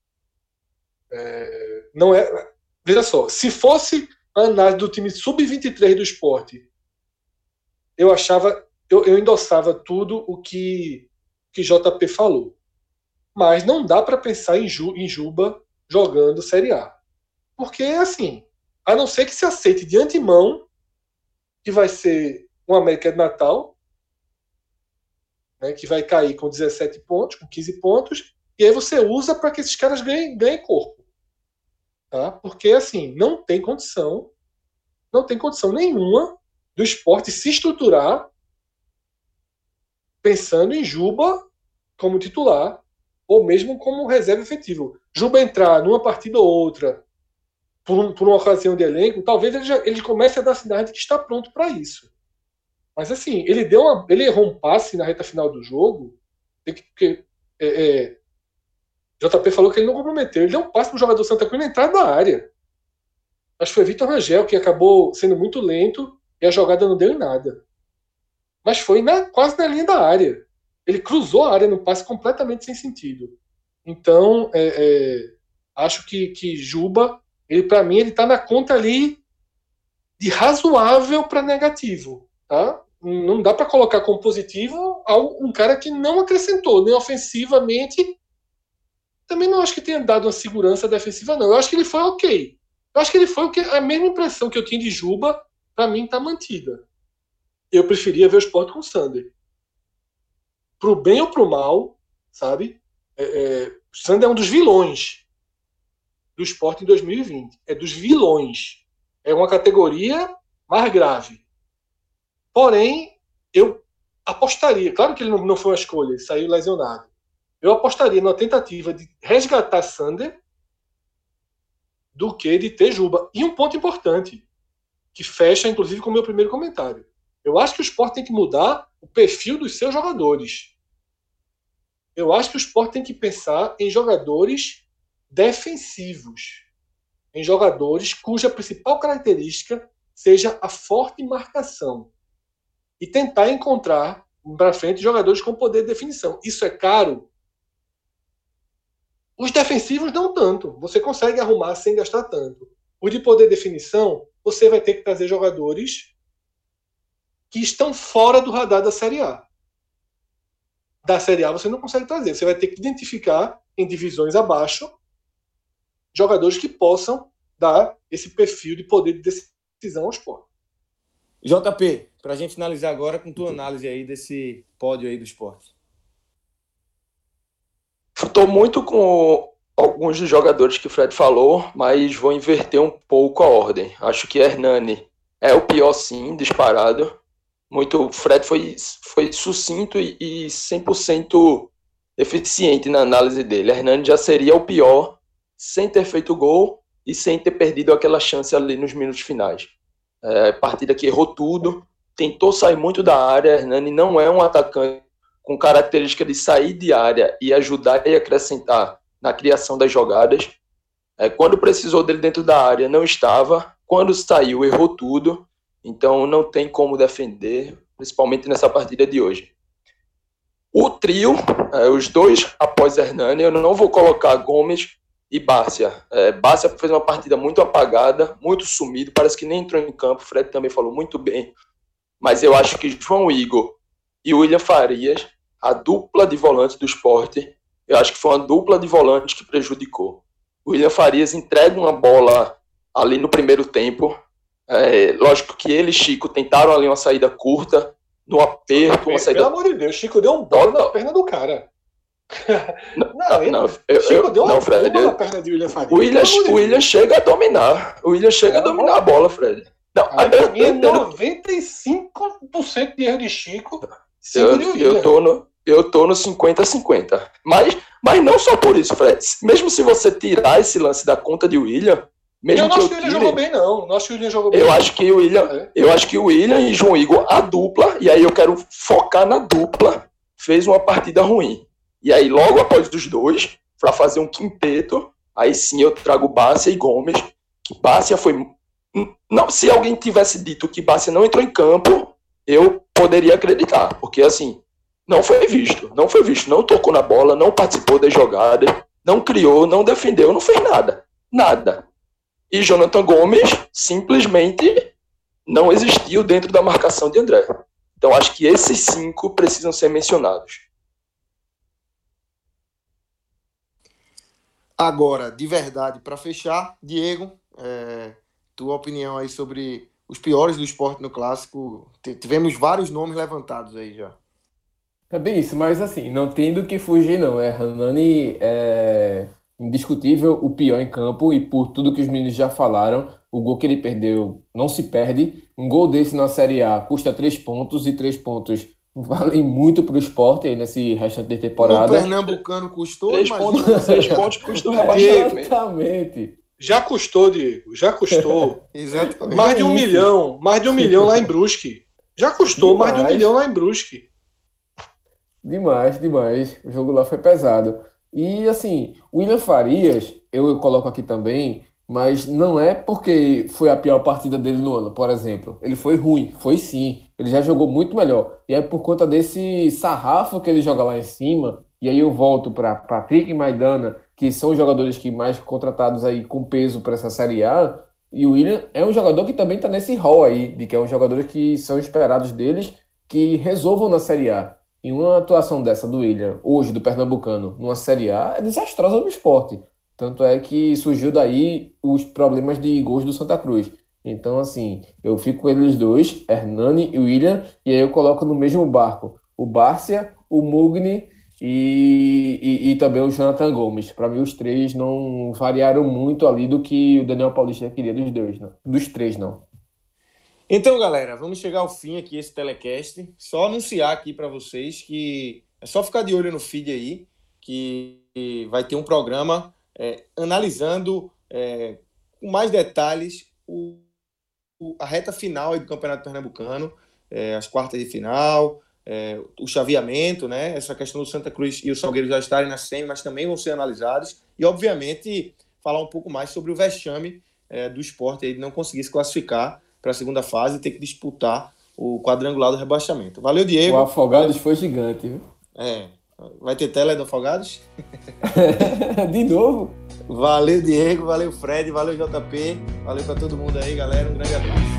[SPEAKER 3] Não é. Veja só, se fosse a análise do time sub-23 do Sport, eu endossava tudo o que JP falou. Mas não dá para pensar em Juba jogando Série A. Porque, assim, a não ser que se aceite de antemão que vai ser um América de Natal, né, que vai cair com 17 pontos, com 15 pontos, e aí você usa para que esses caras ganhem corpo. Tá? Porque, assim, não tem condição nenhuma do Sport se estruturar pensando em Juba como titular ou mesmo como reserva efetivo. Juba entrar numa partida ou outra por uma ocasião de elenco, talvez ele comece a dar sinais de que está pronto para isso. Mas, assim, ele errou um passe na reta final do jogo, porque JP falou que ele não comprometeu. Ele deu um passe para o jogador Santa Cruz na entrada da área. Acho que foi Vitor Rangel que acabou sendo muito lento e a jogada não deu em nada. Mas foi quase na linha da área. Ele cruzou a área num passe completamente sem sentido. Então, acho que Juba, para mim, ele está na conta ali de razoável para negativo. Tá? não dá para colocar como positivo um cara que não acrescentou, nem ofensivamente. Também não acho que tenha dado uma segurança defensiva, não. Eu acho que ele foi ok. Eu acho que ele foi a mesma impressão que eu tinha de Juba, para mim, está mantida. Eu preferia ver o Sport com o Sander. Pro bem ou pro mal, sabe? O Sander é um dos vilões do Sport em 2020. É dos vilões. É uma categoria mais grave. Porém, eu apostaria. Claro que ele não foi uma escolha, ele saiu lesionado. Eu apostaria numa tentativa de resgatar Sander do que de ter Juba. E um ponto importante, que fecha, inclusive, com o meu primeiro comentário. Eu acho que o Sport tem que mudar o perfil dos seus jogadores. Eu acho que o Sport tem que pensar em jogadores defensivos. Em jogadores cuja principal característica seja a forte marcação. E tentar encontrar, para frente, jogadores com poder de definição. Isso é caro? Os defensivos não tanto. Você consegue arrumar sem gastar tanto. O de poder de definição, você vai ter que trazer jogadores que estão fora do radar da Série A. Da Série A você não consegue trazer. Você vai ter que identificar em divisões abaixo jogadores que possam dar esse perfil de poder de decisão ao Sport.
[SPEAKER 2] JP, para a gente finalizar agora com tua análise aí desse pódio aí do Sport.
[SPEAKER 4] Estou muito com alguns dos jogadores que o Fred falou, mas vou inverter um pouco a ordem. Acho que Hernani é o pior, sim, disparado. O Fred foi sucinto e 100% eficiente na análise dele. Hernani já seria o pior, sem ter feito gol e sem ter perdido aquela chance ali nos minutos finais. Partida que errou tudo, tentou sair muito da área. Hernani não é um atacante com característica de sair de área e ajudar e acrescentar na criação das jogadas. Quando precisou dele dentro da área, não estava. Quando saiu, errou tudo. Então, não tem como defender, principalmente nessa partida de hoje. O trio, os dois após Hernani, eu não vou colocar Gomes e Bárcia. Bárcia fez uma partida muito apagada, muito sumido, parece que nem entrou em campo. O Fred também falou muito bem. Mas eu acho que João Igor e William Farias, a dupla de volantes do Sport, eu acho que foi uma dupla de volantes que prejudicou. O William Farias entrega uma bola ali no primeiro tempo. Lógico que ele e Chico tentaram ali uma saída curta, no aperto, uma saída...
[SPEAKER 3] Pelo amor de Deus, Chico deu um bola na perna do cara. Chico deu uma
[SPEAKER 4] Fred,
[SPEAKER 3] bola na perna de William Farias.
[SPEAKER 4] O William chega a dominar. O William chega a dominar a bola, Fred. Não,
[SPEAKER 3] pra mim é 95% de erro de Chico.
[SPEAKER 4] Eu tô no 50-50. Mas não só por isso, Fred. Mesmo se você tirar esse lance da conta de William...
[SPEAKER 3] Eu não acho que o William jogou bem, não. Não acho que o William jogou bem.
[SPEAKER 4] Eu acho que o William e João Igor, a dupla, e aí eu quero focar na dupla, fez uma partida ruim. E aí, logo após os dois, para fazer um quinteto, aí sim eu trago Bárcia e Gomes, que Bárcia foi... Não, se alguém tivesse dito que Bárcia não entrou em campo, eu poderia acreditar, porque assim, não foi visto, não tocou na bola, não participou das jogadas, não criou, não defendeu, não fez nada. E Jonathan Gomes simplesmente não existiu dentro da marcação de André. Então acho que esses 5 precisam ser mencionados.
[SPEAKER 6] Agora, de verdade, para fechar, Diego, tua opinião aí sobre os piores do Sport no Clássico. Tivemos vários nomes levantados aí já.
[SPEAKER 5] É bem isso, mas assim, não tem do que fugir não. Hernani é indiscutível o pior em campo e por tudo que os meninos já falaram, o gol que ele perdeu não se perde. Um gol desse na Série A custa 3 pontos e 3 pontos valem muito para o Sport aí nesse restante de temporada.
[SPEAKER 6] O Pernambucano custou,
[SPEAKER 4] 3 pontos custam o rebaixamento.
[SPEAKER 5] Exatamente.
[SPEAKER 3] Já custou, Diego, já custou.
[SPEAKER 6] Exatamente.
[SPEAKER 3] Mais de 1 milhão lá em Brusque. Já custou mais de 1 milhão lá em Brusque.
[SPEAKER 5] Demais. O jogo lá foi pesado. E assim, o William Farias, eu coloco aqui também, mas não é porque foi a pior partida dele no ano, por exemplo. Ele foi ruim, foi sim. Ele já jogou muito melhor. E é por conta desse sarrafo que ele joga lá em cima. E aí eu volto para Patrick e Maidana, que são os jogadores que mais contratados aí com peso para essa Série A. E o William é um jogador que também está nesse rol aí, de que é um jogador que são esperados deles. que resolvam na Série A. E uma atuação dessa do William, hoje do Pernambucano, numa Série A, é desastrosa no esporte. Tanto é que surgiu daí os problemas de gols do Santa Cruz. Então, assim, eu fico com eles dois, Hernani e William, e aí eu coloco no mesmo barco o Bárcia, o Mugni e também o Jonathan Gomes. Para mim, os três não variaram muito ali do que o Daniel Paulista queria dos dois, não. Dos três, não.
[SPEAKER 2] Então, galera, vamos chegar ao fim aqui esse telecast. Só anunciar aqui para vocês que é só ficar de olho no feed aí, que vai ter um programa analisando com mais detalhes a reta final aí do Campeonato Pernambucano, as quartas de final, o chaveamento, né? Essa questão do Santa Cruz e o Salgueiro já estarem na semi, mas também vão ser analisados. E, obviamente, falar um pouco mais sobre o vexame do Sport aí de não conseguir se classificar para a segunda fase e ter que disputar o quadrangular do rebaixamento. Valeu, Diego.
[SPEAKER 5] O Afogados foi gigante, viu?
[SPEAKER 2] Vai ter tela do Afogados?
[SPEAKER 5] De novo.
[SPEAKER 2] Valeu, Diego. Valeu, Fred. Valeu, JP. Valeu para todo mundo aí, galera. Um grande abraço.